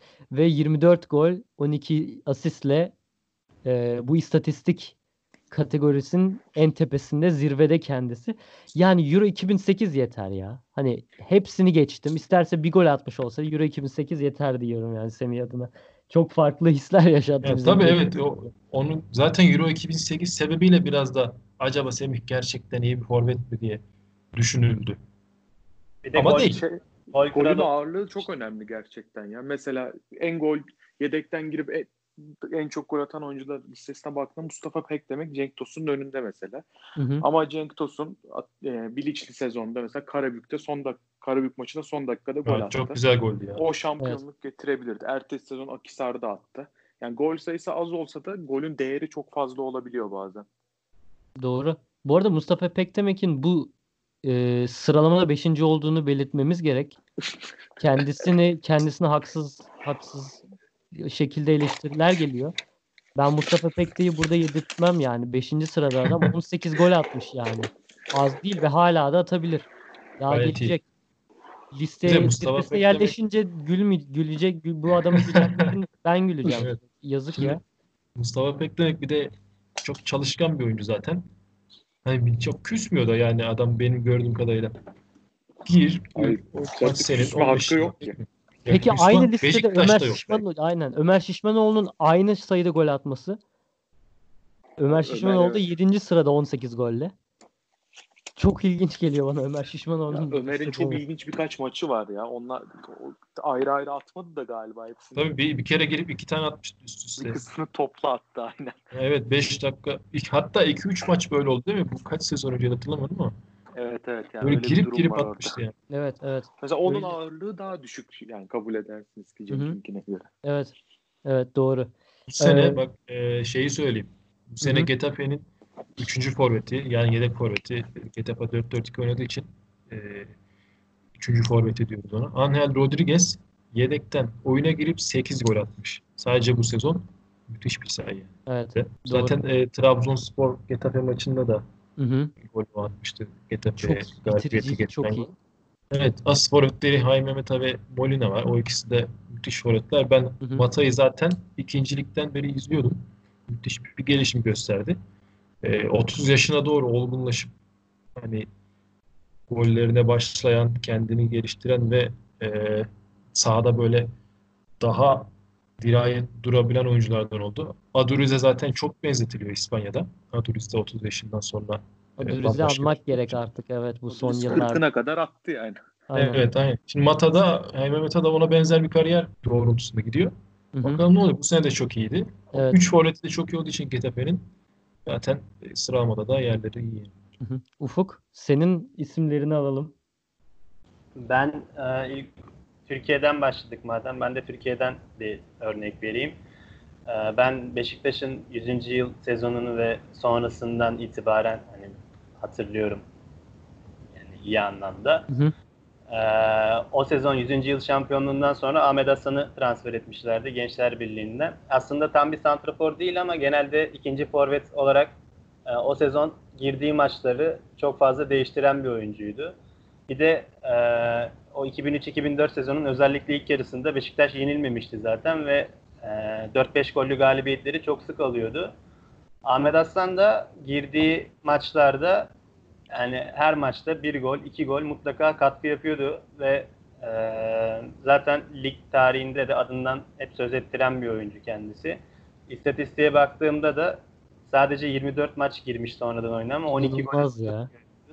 24 gol, 12 asistle bu istatistik kategorisinin en tepesinde, zirvede kendisi. Yani Euro 2008 yeter ya. Hani hepsini geçtim. İsterse bir gol atmış olsa Euro 2008 yeter diyorum yani Semih adına. Çok farklı hisler yaşattı Ya bizim tabii için. evet onun zaten Euro 2008 sebebiyle biraz da acaba Semih gerçekten iyi bir forvet mi diye düşünüldü. Bir de Ama gol, değil. gol Golün kralı ağırlığı çok önemli gerçekten ya. Mesela yedekten girip en çok gol atan oyuncular listesine baktığında Mustafa Pek demek Cenk Tosun'un önünde mesela. Hı hı. Ama Cenk Tosun Bilic'li sezonda mesela Karabük maçında son dakikada gol Evet, attı. çok güzel goldü ya. O şampiyonluk getirebilirdi. Ertesi sezon Akhisar'da attı. Yani gol sayısı az olsa da golün değeri çok fazla olabiliyor bazen. Doğru. Bu arada Mustafa Pektemek'in bu sıralamada 5. olduğunu belirtmemiz gerek. Kendisine haksız şekilde eleştiriler geliyor. Ben Mustafa Pektek'i burada yedirtmem yani. 5. sırada adam 18 gol atmış yani. Az değil ve hala da atabilir. Daha Gayet iyi. gelecek. Bir de Liste Mustafa zirvesine Pek demek yerleşince gülecek. Bu adamı gülenlerin ben güleceğim. evet. Yazık Şimdi ya. Mustafa Pek demek bir de çok çalışkan bir oyuncu zaten. Hani çok küsmüyor da yani adam benim gördüğüm kadarıyla. Gir, Ay, o maç zaten senin küsme 15 hakkı dakika. yok ki. Ya Peki aynı Küsman listede Ömer Beşiktaş'ta yok belki. Aynen. Ömer Şişmanoğlu'nun aynı sayıda gol atması. Ömer Ömer Şişmanoğlu da 7. sırada 18 golle. Çok ilginç geliyor bana Ömer Şişmanoğlu'nun bu Ömer'in çok listede. ilginç birkaç maçı var ya. Onlar ayrı ayrı atmadı da galiba hepsini. Tabii bir kere gelip 2 tane atmıştı üst Bir üste. kısmını topla attı aynen. Evet 5 dakika. Hatta 2-3 maç böyle oldu değil mi? Bu kaç sezon önce hatırlamadım ama. Evet yani Böyle öyle bir girip durum girip var orada. atmıştı yani. Evet. Mesela onun Öyle. ağırlığı daha düşük yani kabul edersiniz ki Hı hı. Cenk'inkine göre. Evet doğru. Bu Ee, sene bak şeyi söyleyeyim. Bu hı sene hı. Getafe'nin 3. forveti yani yedek forveti Getafe 4-4-2 oynadığı için e, 3. forveti diyoruz ona. Angel Rodriguez yedekten oyuna girip 8 gol atmış. Sadece bu sezon müthiş bir sayı. Evet doğru. Zaten Trabzonspor Getafe maçında da Hı hı. gol atmıştı. Getafe Çok iyi. galibiyeti Bitiriciliği çok getiren iyi. gol. Evet, as forvetleri Hay Mehmet ve Molina var. O ikisi de müthiş forvetler. Ben Hı hı. Mata'yı zaten ikincilikten beri izliyordum. Müthiş bir gelişim gösterdi. 30 yaşına doğru olgunlaşıp hani gollerine başlayan, kendini geliştiren ve e, sahada böyle daha dirayet durabilen oyunculardan oldu. Adurize zaten çok benzetiliyor İspanya'da. Adurize de 30 yaşından sonra Adurizi bambaşka bir almak gerek futbolcu. artık evet bu son Odris yıllarda. 40'ına kadar attı yani. Aynen. Evet, aynen. Şimdi Mehmet Ada ona benzer bir kariyer doğrultusunda gidiyor. Hı hı. Bakalım ne oluyor? Bu sene de çok iyiydi. Evet. 3 forveti de çok iyi olduğu için Getafe'nin zaten sıralamada da yerleri iyi. Hı hı. Ufuk, senin isimlerini alalım. ben ilk Türkiye'den başladık madem. Ben de Türkiye'den bir örnek vereyim. Ben Beşiktaş'ın 100. yıl sezonunu ve sonrasından itibaren hani hatırlıyorum yani iyi anlamda. Hı hı. O sezon 100. yıl şampiyonluğundan sonra Ahmet Hasan'ı transfer etmişlerdi Gençler Birliği'nden. Aslında tam bir santrafor değil ama genelde ikinci forvet olarak o sezon girdiği maçları çok fazla değiştiren bir oyuncuydu. Bir de o 2003-2004 sezonun özellikle ilk yarısında Beşiktaş yenilmemişti zaten ve 4-5 gollü galibiyetleri çok sık alıyordu. Ahmet Aslan da girdiği maçlarda yani her maçta 1 gol, 2 gol mutlaka katkı yapıyordu ve zaten lig tarihinde de adından hep söz ettiren bir oyuncu kendisi. İstatistiğe baktığımda da sadece 24 maç girmiş sonradan oyuna ama 12 gol. İnanılmaz ya.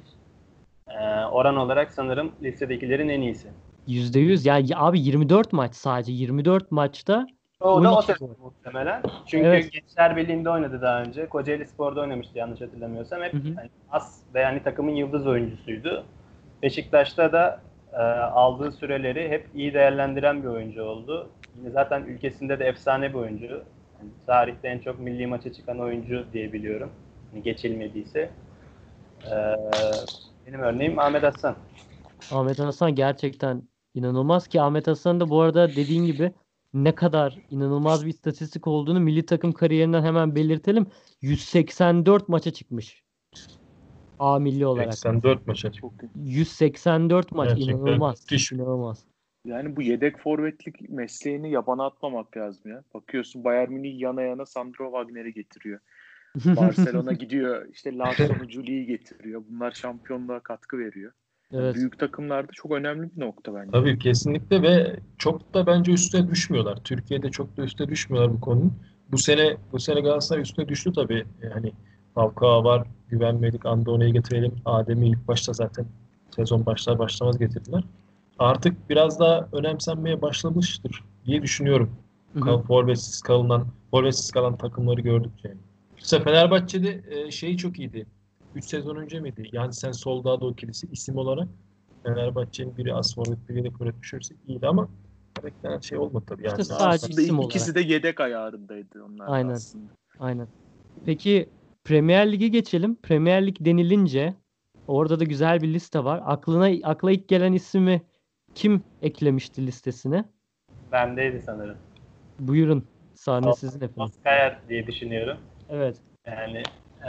Oran olarak sanırım listedekilerin en iyisi. %100. Yani abi 24 maç sadece. 24 maçta O da o 12 sezon gol. muhtemelen. Çünkü Evet. Gençler Birliği'nde oynadı daha önce. Kocaeli Spor'da oynamıştı yanlış hatırlamıyorsam. Hep Hı hı. hani as ve yani takımın yıldız oyuncusuydu. Beşiktaş'ta da aldığı süreleri hep iyi değerlendiren bir oyuncu oldu. Yine zaten ülkesinde de efsane bir oyuncu. Yani tarihte en çok milli maça çıkan oyuncu diye biliyorum. Yani geçilmediyse. E, benim örneğim Ahmet Hasan. Ahmet Hasan gerçekten inanılmaz ki Ahmet Hasan da bu arada dediğin gibi ne kadar inanılmaz bir istatistik olduğunu milli takım kariyerinden hemen belirtelim. 184 maça çıkmış A milli olarak. 84 maça. Çok iyi. 184 maç Gerçekten inanılmaz. müthiş. İnanılmaz. Yani bu yedek forvetlik mesleğini yabana atmamak lazım ya. Bakıyorsun Bayern Münih yana yana Sandro Wagner'i getiriyor. Barcelona gidiyor işte Larson'u Juli'yi getiriyor. Bunlar şampiyonluğa katkı veriyor. Yani Evet. büyük takımlarda çok önemli bir nokta bence. Tabii kesinlikle ve çok da bence üste düşmüyorlar. Türkiye'de çok da üste düşmüyorlar bu konunun. Bu sene Galatasaray üste düştü tabii. Yani Falcao var, güvenmedik, Andoni'yi getirelim. Adem'i ilk başta zaten sezon başlar başlamaz getirdiler. Artık biraz daha önemsenmeye başlamıştır diye düşünüyorum. Hı hı. Forvetsiz kalan takımları gördükçe. İşte Fenerbahçe'de şeyi çok iyiydi. 3 sezon önce miydi? Yani sen Soldado ikilisi isim olarak Fenerbahçe'nin biri az forvet biri yedek forvet düşürse iyiydi ama beklenen şey olmadı tabii. İşte Yani sadece Aslında isim ikisi olarak. de yedek ayarındaydı onlar da Aynen. aslında. Aynen. Peki Premier Lig'e geçelim. Premier Lig denilince orada da güzel bir liste var. Akla ilk gelen ismi kim eklemişti listesine? Bendeydi sanırım. Buyurun. Sahne sizin efendim. Solskjaer diye düşünüyorum. Evet. Yani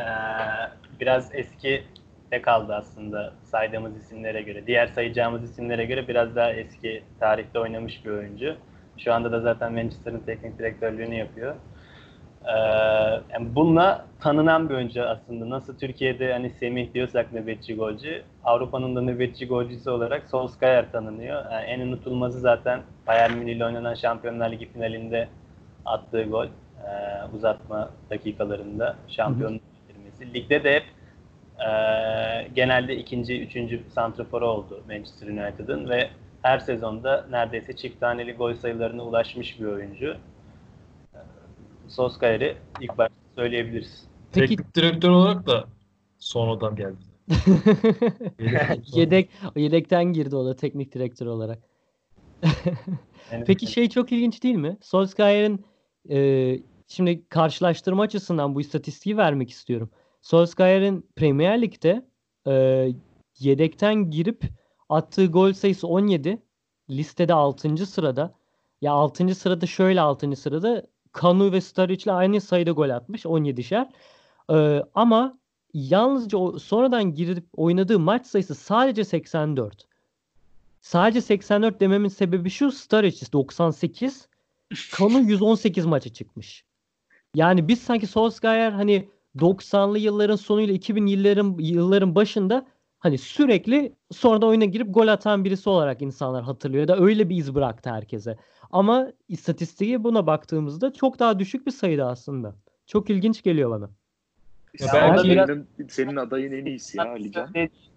biraz eski de kaldı aslında saydığımız isimlere göre. Diğer sayacağımız isimlere göre biraz daha eski tarihte oynamış bir oyuncu. Şu anda da zaten Manchester'ın teknik direktörlüğünü yapıyor. Yani bununla tanınan bir oyuncu aslında. Nasıl Türkiye'de hani Semih diyorsak nöbetçi golcü, Avrupa'nın da nöbetçi golcüsü olarak Solskjaer tanınıyor. Yani en unutulmazı zaten Bayern Münih ile oynanan Şampiyonlar Ligi finalinde attığı gol. Uzatma dakikalarında şampiyonluk getirmesi. Ligde de hep genelde ikinci, üçüncü santraforu oldu Manchester United'ın ve her sezonda neredeyse çift taneli gol sayılarına ulaşmış bir oyuncu. Solskjaer'i ilk başta söyleyebiliriz. Peki teknik direktör olarak da sonradan geldi. yedekten girdi o da teknik direktör olarak. Yani, Peki şey çok ilginç değil mi? Solskjaer'in şimdi karşılaştırma açısından bu istatistiği vermek istiyorum. Solskjaer'in Premier Lig'de yedekten girip attığı gol sayısı 17. Listede 6. sırada. Ya 6. sırada şöyle 6. sırada Kanu ve Sturridge'le aynı sayıda gol atmış 17'şer. Ama yalnızca sonradan girip oynadığı maç sayısı sadece 84. Sadece 84 dememin sebebi şu: Sturridge 98, Kanu 118 maça çıkmış. Yani biz sanki Solskjaer hani 90'lı yılların sonuyla 2000 yılların başında hani sürekli sonradan oyuna girip gol atan birisi olarak insanlar hatırlıyor ya da öyle bir iz bıraktı herkese. Ama istatistiğe buna baktığımızda çok daha düşük bir sayıda aslında. Çok ilginç geliyor bana. Ya Sen o da biraz senin adayın en iyisi ya Alican.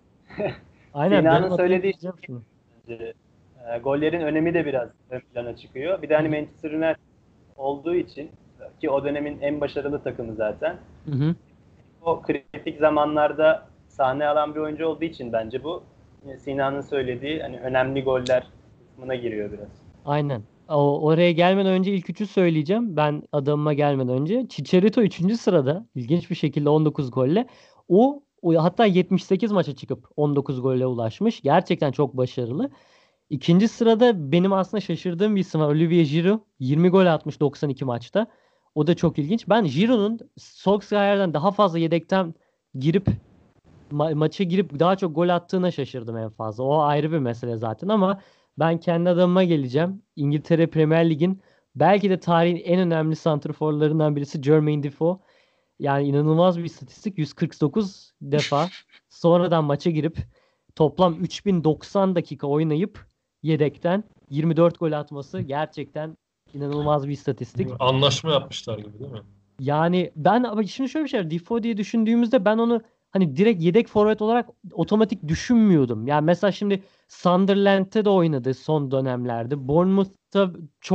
Aynen Sinan'ın benim söylediği diyeceğim şunu. gollerin önemi de biraz ön plana çıkıyor. Bir de hani Manchester United olduğu için ki o dönemin en başarılı takımı zaten. Hı hı. O kritik zamanlarda sahne alan bir oyuncu olduğu için bence bu Sinan'ın söylediği hani önemli goller kısmına giriyor biraz. Aynen. Oraya gelmeden önce ilk üçü söyleyeceğim. Ben adamıma gelmeden önce. Chicharito 3. sırada. İlginç bir şekilde 19 golle. O hatta 78 maça çıkıp 19 golle ulaşmış. Gerçekten çok başarılı. İkinci sırada benim aslında şaşırdığım bir isim var. Olivier Giroud. 20 gol atmış 92 maçta. O da çok ilginç. Ben Giroud'un Solskjaer'den daha fazla yedekten girip maça girip daha çok gol attığına şaşırdım en fazla. O ayrı bir mesele zaten ama ben kendi adıma geleceğim. İngiltere Premier Lig'in belki de tarihin en önemli santrforlarından birisi Jermaine Defoe. Yani inanılmaz bir istatistik. 149 defa sonradan maça girip toplam 3090 dakika oynayıp yedekten 24 gol atması gerçekten inanılmaz bir istatistik. Anlaşma yapmışlar gibi değil mi? Yani ben ama şimdi şöyle bir şey var. Defoe diye düşündüğümüzde ben onu hani direkt yedek forvet olarak otomatik düşünmüyordum. Yani mesela şimdi Sunderland'te de oynadı son dönemlerde. Bournemouth'ta çok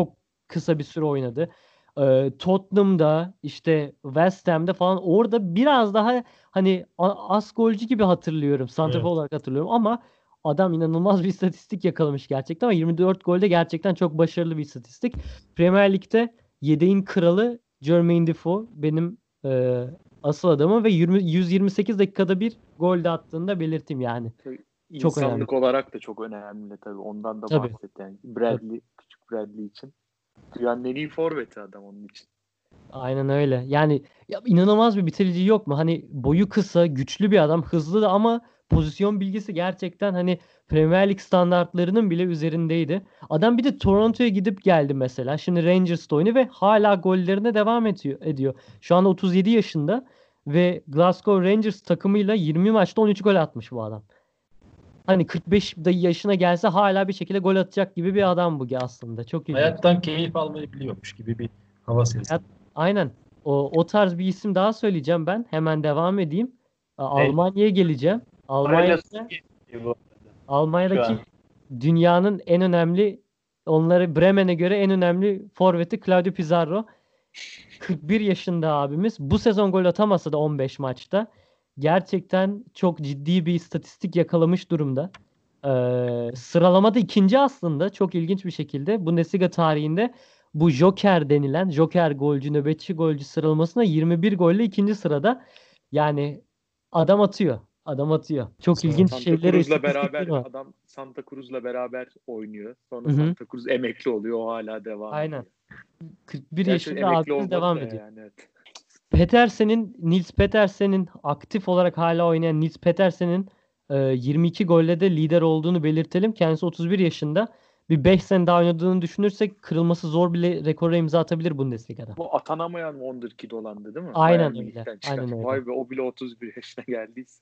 kısa bir süre oynadı. Tottenham'da işte West Ham'de falan orada biraz daha hani az golcü gibi hatırlıyorum. Santrafor Evet. olarak hatırlıyorum ama adam inanılmaz bir istatistik yakalamış gerçekten ama 24 golde gerçekten çok başarılı bir istatistik. Premier Lig'de yedeğin kralı Jermaine Defoe benim asıl adamım ve 128 dakikada bir gol de attığını da belirteyim yani. Tabii Çok önemli. İnsanlık olarak da çok önemli tabii. Ondan da Tabii. bahset yani. Bradley, küçük Bradley için. Dünyanın en iyi forveti adam onun için. Aynen öyle. Yani ya inanılmaz bir bitirici yok mu? Hani boyu kısa, güçlü bir adam, hızlı da ama pozisyon bilgisi gerçekten hani Premier Lig standartlarının bile üzerindeydi. Adam bir de Toronto'ya gidip geldi mesela. Şimdi Rangers'ta oynuyor ve hala gollerine devam ediyor. Şu anda 37 yaşında ve Glasgow Rangers takımıyla 20 maçta 13 gol atmış bu adam. Hani 45 yaşına gelse hala bir şekilde gol atacak gibi bir adam bu aslında. Çok ilginç. Hayattan keyif almayı biliyormuş gibi bir hava sesi. Aynen. O tarz bir isim daha söyleyeceğim ben. Hemen devam edeyim. Almanya'ya geleceğim. Parayla Almanya'da, geçiyor bu arada şu Almanya'daki an. dünyanın en önemli, onları Bremen'e göre en önemli forveti Claudio Pizarro. 41 yaşında abimiz. Bu sezon gol atamasa da 15 maçta gerçekten çok ciddi bir istatistik yakalamış durumda. Sıralamada ikinci aslında çok ilginç bir şekilde Bundesliga tarihinde bu Joker denilen Joker golcü, nöbetçi golcü sıralamasında 21 golle ikinci sırada. Yani adam atıyor. Adam atıyor. Çok ilginç Santa şeyleri, Cruz'la istatistikleri beraber var. adam Santa Cruz'la beraber oynuyor. Sonra Hı hı. Santa Cruz emekli oluyor. O hala devam Aynen. ediyor. 41 Gerçi yaşında emekli abimiz olmadı devam da ediyor. yani evet. Nils Petersen'in aktif olarak hala oynayan Nils Petersen'in 22 golle de lider olduğunu belirtelim. Kendisi 31 yaşında. Bir 5 sene daha oynadığını düşünürsek kırılması zor bile rekora imza atabilir Bundesliga'da. Bu atanamayan Wonderkid olandı değil mi? Bayern Aynen öyle. Münih'ten çıkan. Aynen öyle. Vay be o bile 31 yaşına geldiyse.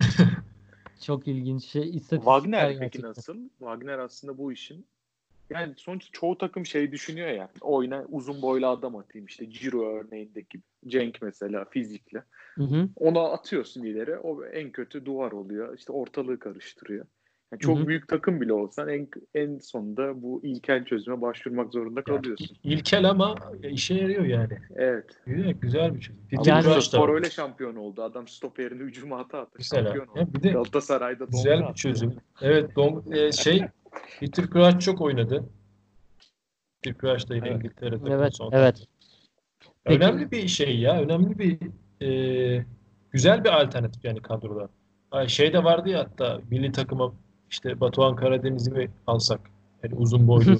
Çok ilginç istatistikler Wagner peki gerçekten. nasıl? Wagner aslında bu işin yani sonuçta çoğu takım şey düşünüyor ya. Oyuna uzun boylu adam atayım işte Ciro örneğindeki Cenk mesela fizikli. Hı hı. Ona atıyorsun ileri. O en kötü duvar oluyor. İşte ortalığı karıştırıyor. Yani Hı hı. çok büyük takım bile olsan en sonunda bu ilkel çözüme başvurmak zorunda Yani kalıyorsun. ilkel ama işe yarıyor yani. Evet. Güzel bir çözüm. Ama Yani- Bursaspor öyle şampiyon oldu. Adam stoperini hücuma ata Mesela. şampiyon oldu. Ya bir de Galatasaray'da güzel donka bir çözüm. Evet, Peter Crouch çok oynadı. Peter Crouch da yine Evet. İngiltere takımı Evet, son. evet. Peki. Önemli bir şey ya. Önemli bir güzel bir alternatif yani kadroda. Şey de vardı ya hatta milli takıma işte Batuhan Karadeniz'i mi alsak? Yani uzun boylu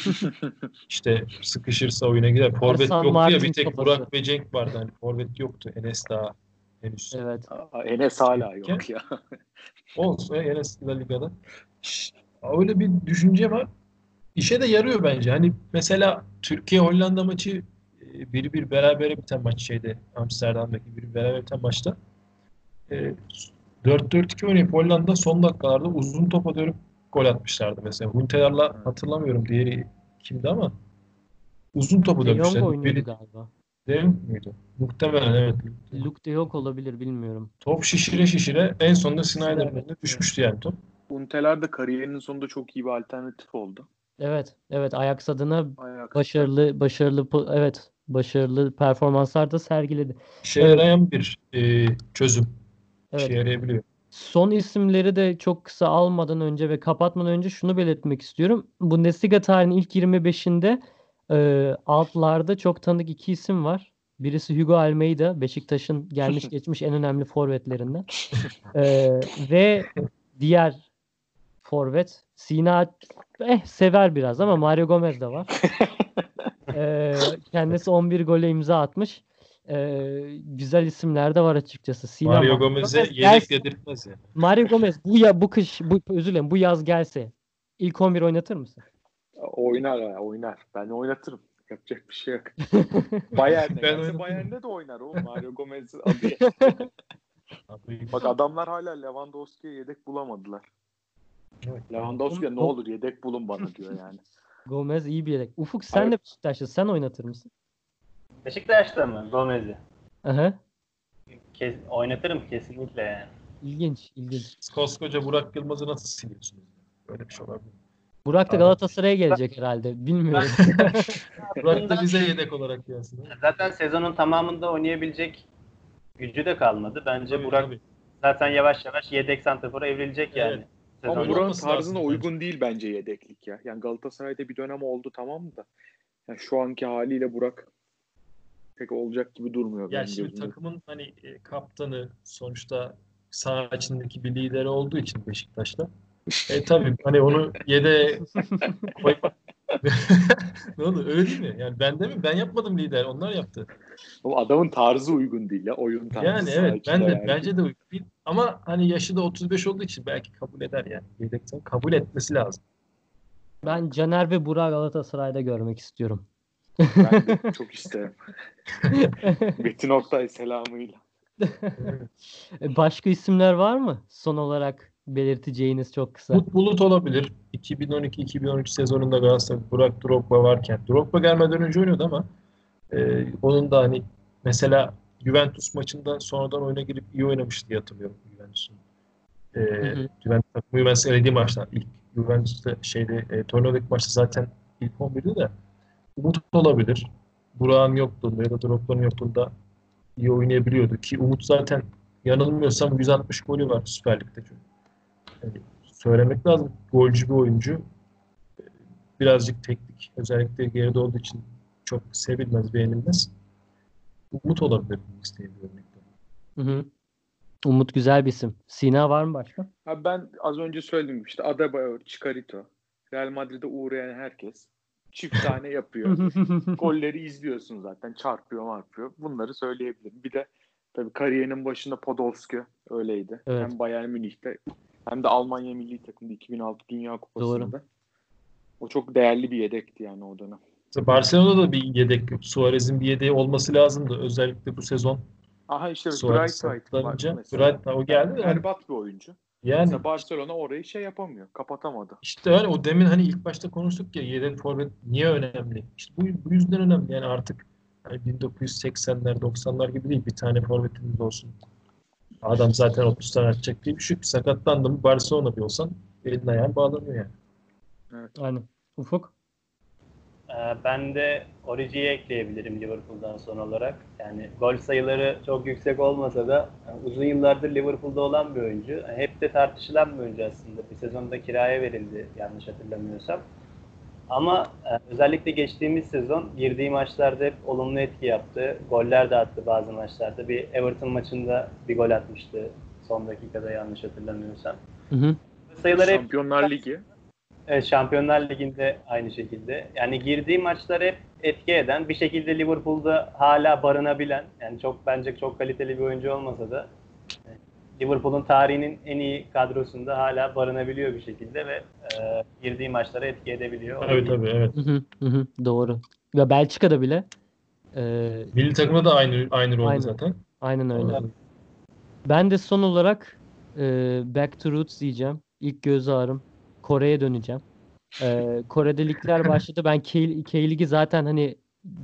işte sıkışırsa oyuna gider. Forvet Ersan yoktu ya Martin bir tek kafası. Burak ve Cenk vardı. Hani forvet yoktu. Enes daha henüz. Evet. Enes hala yok ya. Olsun Enes La Liga'da. Öyle bir düşünce var. İşe de yarıyor bence. Hani mesela Türkiye-Hollanda maçı 1-1 berabere biten maç şeyde Amsterdam'daki 1-1 berabere biten maçta 4-4-2 oynayıp Hollanda son dakikalarda uzun topa dönüp gol atmışlardı mesela. Huntelaar'la hatırlamıyorum diğeri kimdi ama uzun topu De Jong dönmüşler. oynuyordu Biri galiba. değil miydi? Muhtemelen evet. Luke de Jong olabilir bilmiyorum. Top şişire şişire en sonunda Snyder'ın önüne düşmüştü yani top. Unteler de kariyerinin sonunda çok iyi bir alternatif oldu. Evet, evet Ajax adına Ajax'ta. başarılı performanslar da sergiledi. İşe Evet, yarayan bir çözüm. İşe evet. yarayabiliyor. Son isimleri de çok kısa almadan önce ve kapatmadan önce şunu belirtmek istiyorum. Bundesliga tarihinin ilk 25'inde altlarda çok tanıdık iki isim var. Birisi Hugo Almeida, Beşiktaş'ın gelmiş geçmiş en önemli forvetlerinden. Ve diğer forvet Sina sever biraz ama Mario Gomez de var. Kendisi 11 gole imza atmış. Güzel isimler de var açıkçası. Mario Gomez'e yedek gelse, dedirtmez yani. Mario Gomez özür dilerim bu yaz gelse ilk 11 oynatır mısın? Oynar. Ben oynatırım. Yapacak bir şey yok. Bayern'e Ben gelse oynatırım. Bayern'de de oynar o Mario Gomez adı. Bak adamlar hala Lewandowski'ye yedek bulamadılar. Evet. Lewandowski'ye ne olur yedek bulun bana diyor yani. Gomez iyi bir yedek. Ufuk sen Evet. de Beşiktaşlı. Sen oynatır mısın? Beşiktaş'ta mı Gomez'i? Aha. Oynatırım kesinlikle yani. İlginç. Koskoca Burak Yılmaz'ı nasıl siliyorsunuz? Böyle bir şey olabilir. Burak da Tamam. Galatasaray'a gelecek herhalde. Bilmiyorum. Burak da bize yedek olarak gelsin. Zaten sezonun tamamında oynayabilecek gücü de kalmadı. Bence Tabii, Burak tabii. zaten yavaş yavaş yedek santrafora evrilecek yani. Evet. Ama Sezon Öyle Burak'ın olması tarzına lazım uygun değil bence yedeklik ya. Yani Galatasaray'da bir dönem oldu tamam da. Yani şu anki haliyle Burak pek olacak gibi durmuyor Ya benim şimdi gözümde. takımın hani kaptanı sonuçta saha içindeki bir lideri olduğu için Beşiktaş'ta. Tabii hani onu koymak. Ne oldu? Öyle değil mi? Yani ben de mi? Ben yapmadım lider. Onlar yaptı. Ama adamın tarzı uygun değil ya. Oyun tarzı Yani saha evet ben içinde de verdiği. bence de uygun değil. Ama hani yaşı da 35 olduğu için belki kabul eder yani. Yedekten kabul etmesi lazım. Ben Caner ve Burak Galatasaray'da görmek istiyorum. Ben de çok isterim. Metin Oktay selamıyla. Başka isimler var mı? Son olarak belirteceğiniz çok kısa. Umut Bulut olabilir. 2012-2013 sezonunda Galatasaray Burak Drogba varken. Drogba gelmeden önce oynuyordu ama onun da hani mesela Juventus maçında sonradan oyuna girip iyi oynamıştı diye hatırlıyorum Juventus'un. Hı hı. Juventus elediği maçta ilk Juventus'ta tornodaki maçta zaten ilk 11'di de Umut olabilir. Burak'ın yokluğunda ya da Drogba'nın yokluğunda iyi oynayabiliyordu ki Umut zaten yanılmıyorsam 160 golü var Süper Lig'de. Yani söylemek lazım. Golcü bir oyuncu. Birazcık teknik. Özellikle geride olduğu için çok sevilmez, beğenilmez. Umut olabilir bu listeyi bir örnekte. Hı hı. Umut güzel bir isim. Sina var mı başka? Abi ben az önce söyledim işte Adebayor, Chikarito, Real Madrid'e uğrayan herkes çift tane yapıyor. Golleri izliyorsun zaten. Çarpıyor. Bunları söyleyebilirim. Bir de tabii kariyerinin başında Podolski öyleydi. Evet. Hem Bayern Münih'te hem de Almanya milli takımda 2006 Dünya Kupası'nda. Doğru. O çok değerli bir yedekti yani o dönem. Mesela Barcelona'da da bir yedek yok. Suarez'in bir yedeği olması lazımdı. Özellikle bu sezon Aha işte Suarez Braithwaite var sakatlanınca. mesela. O geldi de Berbat bir oyuncu. yani Mesela Barcelona orayı şey yapamıyor. Kapatamadı. işte hani o demin hani ilk başta konuştuk ya yedek forvet niye önemli? İşte bu yüzden önemli. Yani artık hani 1980'ler 90'lar gibi değil. Bir tane forvetiniz olsun. Adam zaten 30 tane atacak diye bir şey yok. Sakatlandı mı Barcelona bir olsan elin ayağın bağlanıyor yani. Evet. Aynen. Ufuk? Ben de Origi'yi ekleyebilirim Liverpool'dan son olarak. Yani gol sayıları çok yüksek olmasa da uzun yıllardır Liverpool'da olan bir oyuncu. Hep de tartışılan bir oyuncu aslında. Bir sezonda kiraya verildi yanlış hatırlamıyorsam. Ama özellikle geçtiğimiz sezon girdiği maçlarda hep olumlu etki yaptı. Goller de attı bazı maçlarda. Bir Everton maçında bir gol atmıştı son dakikada yanlış hatırlamıyorsam. Hı hı. Sayıları hep Şampiyonlar Ligi. Evet, Şampiyonlar Ligi'nde aynı şekilde. Yani girdiği maçlar hep etki eden, bir şekilde Liverpool'da hala barınabilen, yani bence çok kaliteli bir oyuncu olmasa da Liverpool'un tarihinin en iyi kadrosunda hala barınabiliyor bir şekilde ve girdiği maçlara etki edebiliyor. Tabii evet. Hı hı. Hı hı. Doğru. Ve Belçika'da bile e, Milli takımda da aynı rolde aynen. zaten. Aynen öyle. Ama Ben de son olarak Back to Roots diyeceğim. İlk göz ağrım. Kore'ye döneceğim. Kore'de ligler başladı. Ben K-Ligi zaten hani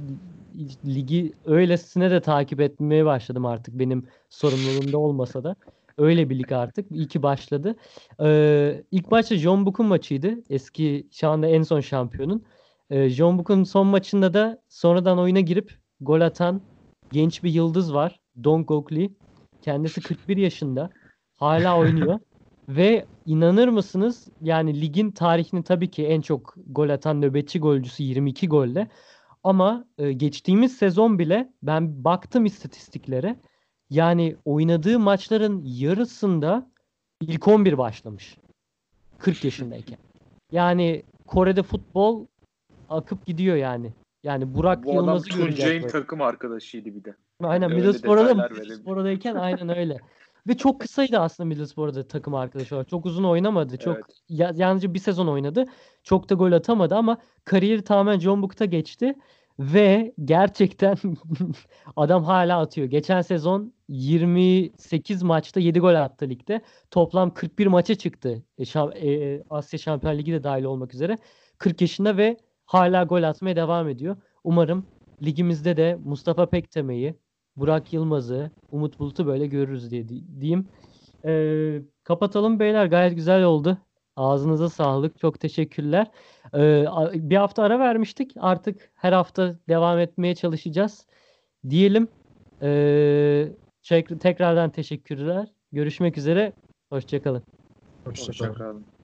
ligi öylesine de takip etmeye başladım artık benim sorumluluğumda olmasa da. Öyle bir lig artık. İyi ki başladı. İlk başta Jeonbuk'un maçıydı. Eski şu anda en son şampiyonun. Jeonbuk'un son maçında da sonradan oyuna girip gol atan genç bir yıldız var. Dong Gok Lee. Kendisi 41 yaşında. Hala oynuyor. Ve inanır mısınız? Yani ligin tarihini tabii ki en çok gol atan nöbetçi golcüsü 22 golle. Ama geçtiğimiz sezon bile ben baktım istatistiklere. Yani oynadığı maçların yarısında ilk 11 başlamış. 40 yaşındayken. Yani Kore'de futbol akıp gidiyor yani. Yani Burak Bu adam Yılmaz'ı göreceğiz Tuncay'ın böyle. takım arkadaşıydı bir de. Aynen Öyle detaylar verebilirim. Middlesbrough'dayken aynen öyle. Ve çok kısaydı aslında Middlesbrough'da takım arkadaşı olarak. Çok uzun oynamadı. Çok Evet. yalnızca bir sezon oynadı. Çok da gol atamadı ama kariyeri tamamen John Book'ta geçti. Ve gerçekten adam hala atıyor. Geçen sezon 28 maçta 7 gol attı ligde. Toplam 41 maça çıktı. Asya Şampiyonlar Ligi de dahil olmak üzere. 40 yaşında ve hala gol atmaya devam ediyor. Umarım ligimizde de Mustafa Pekteme'yi, Burak Yılmaz'ı, Umut Bulut'u böyle görürüz diye diyeyim. Kapatalım beyler. Gayet güzel oldu. Ağzınıza sağlık. Çok teşekkürler. Bir hafta ara vermiştik. Artık her hafta devam etmeye çalışacağız. Diyelim. Tekrardan teşekkürler. Görüşmek üzere. Hoşça kalın. Hoşça kalın. Hoşça kalın.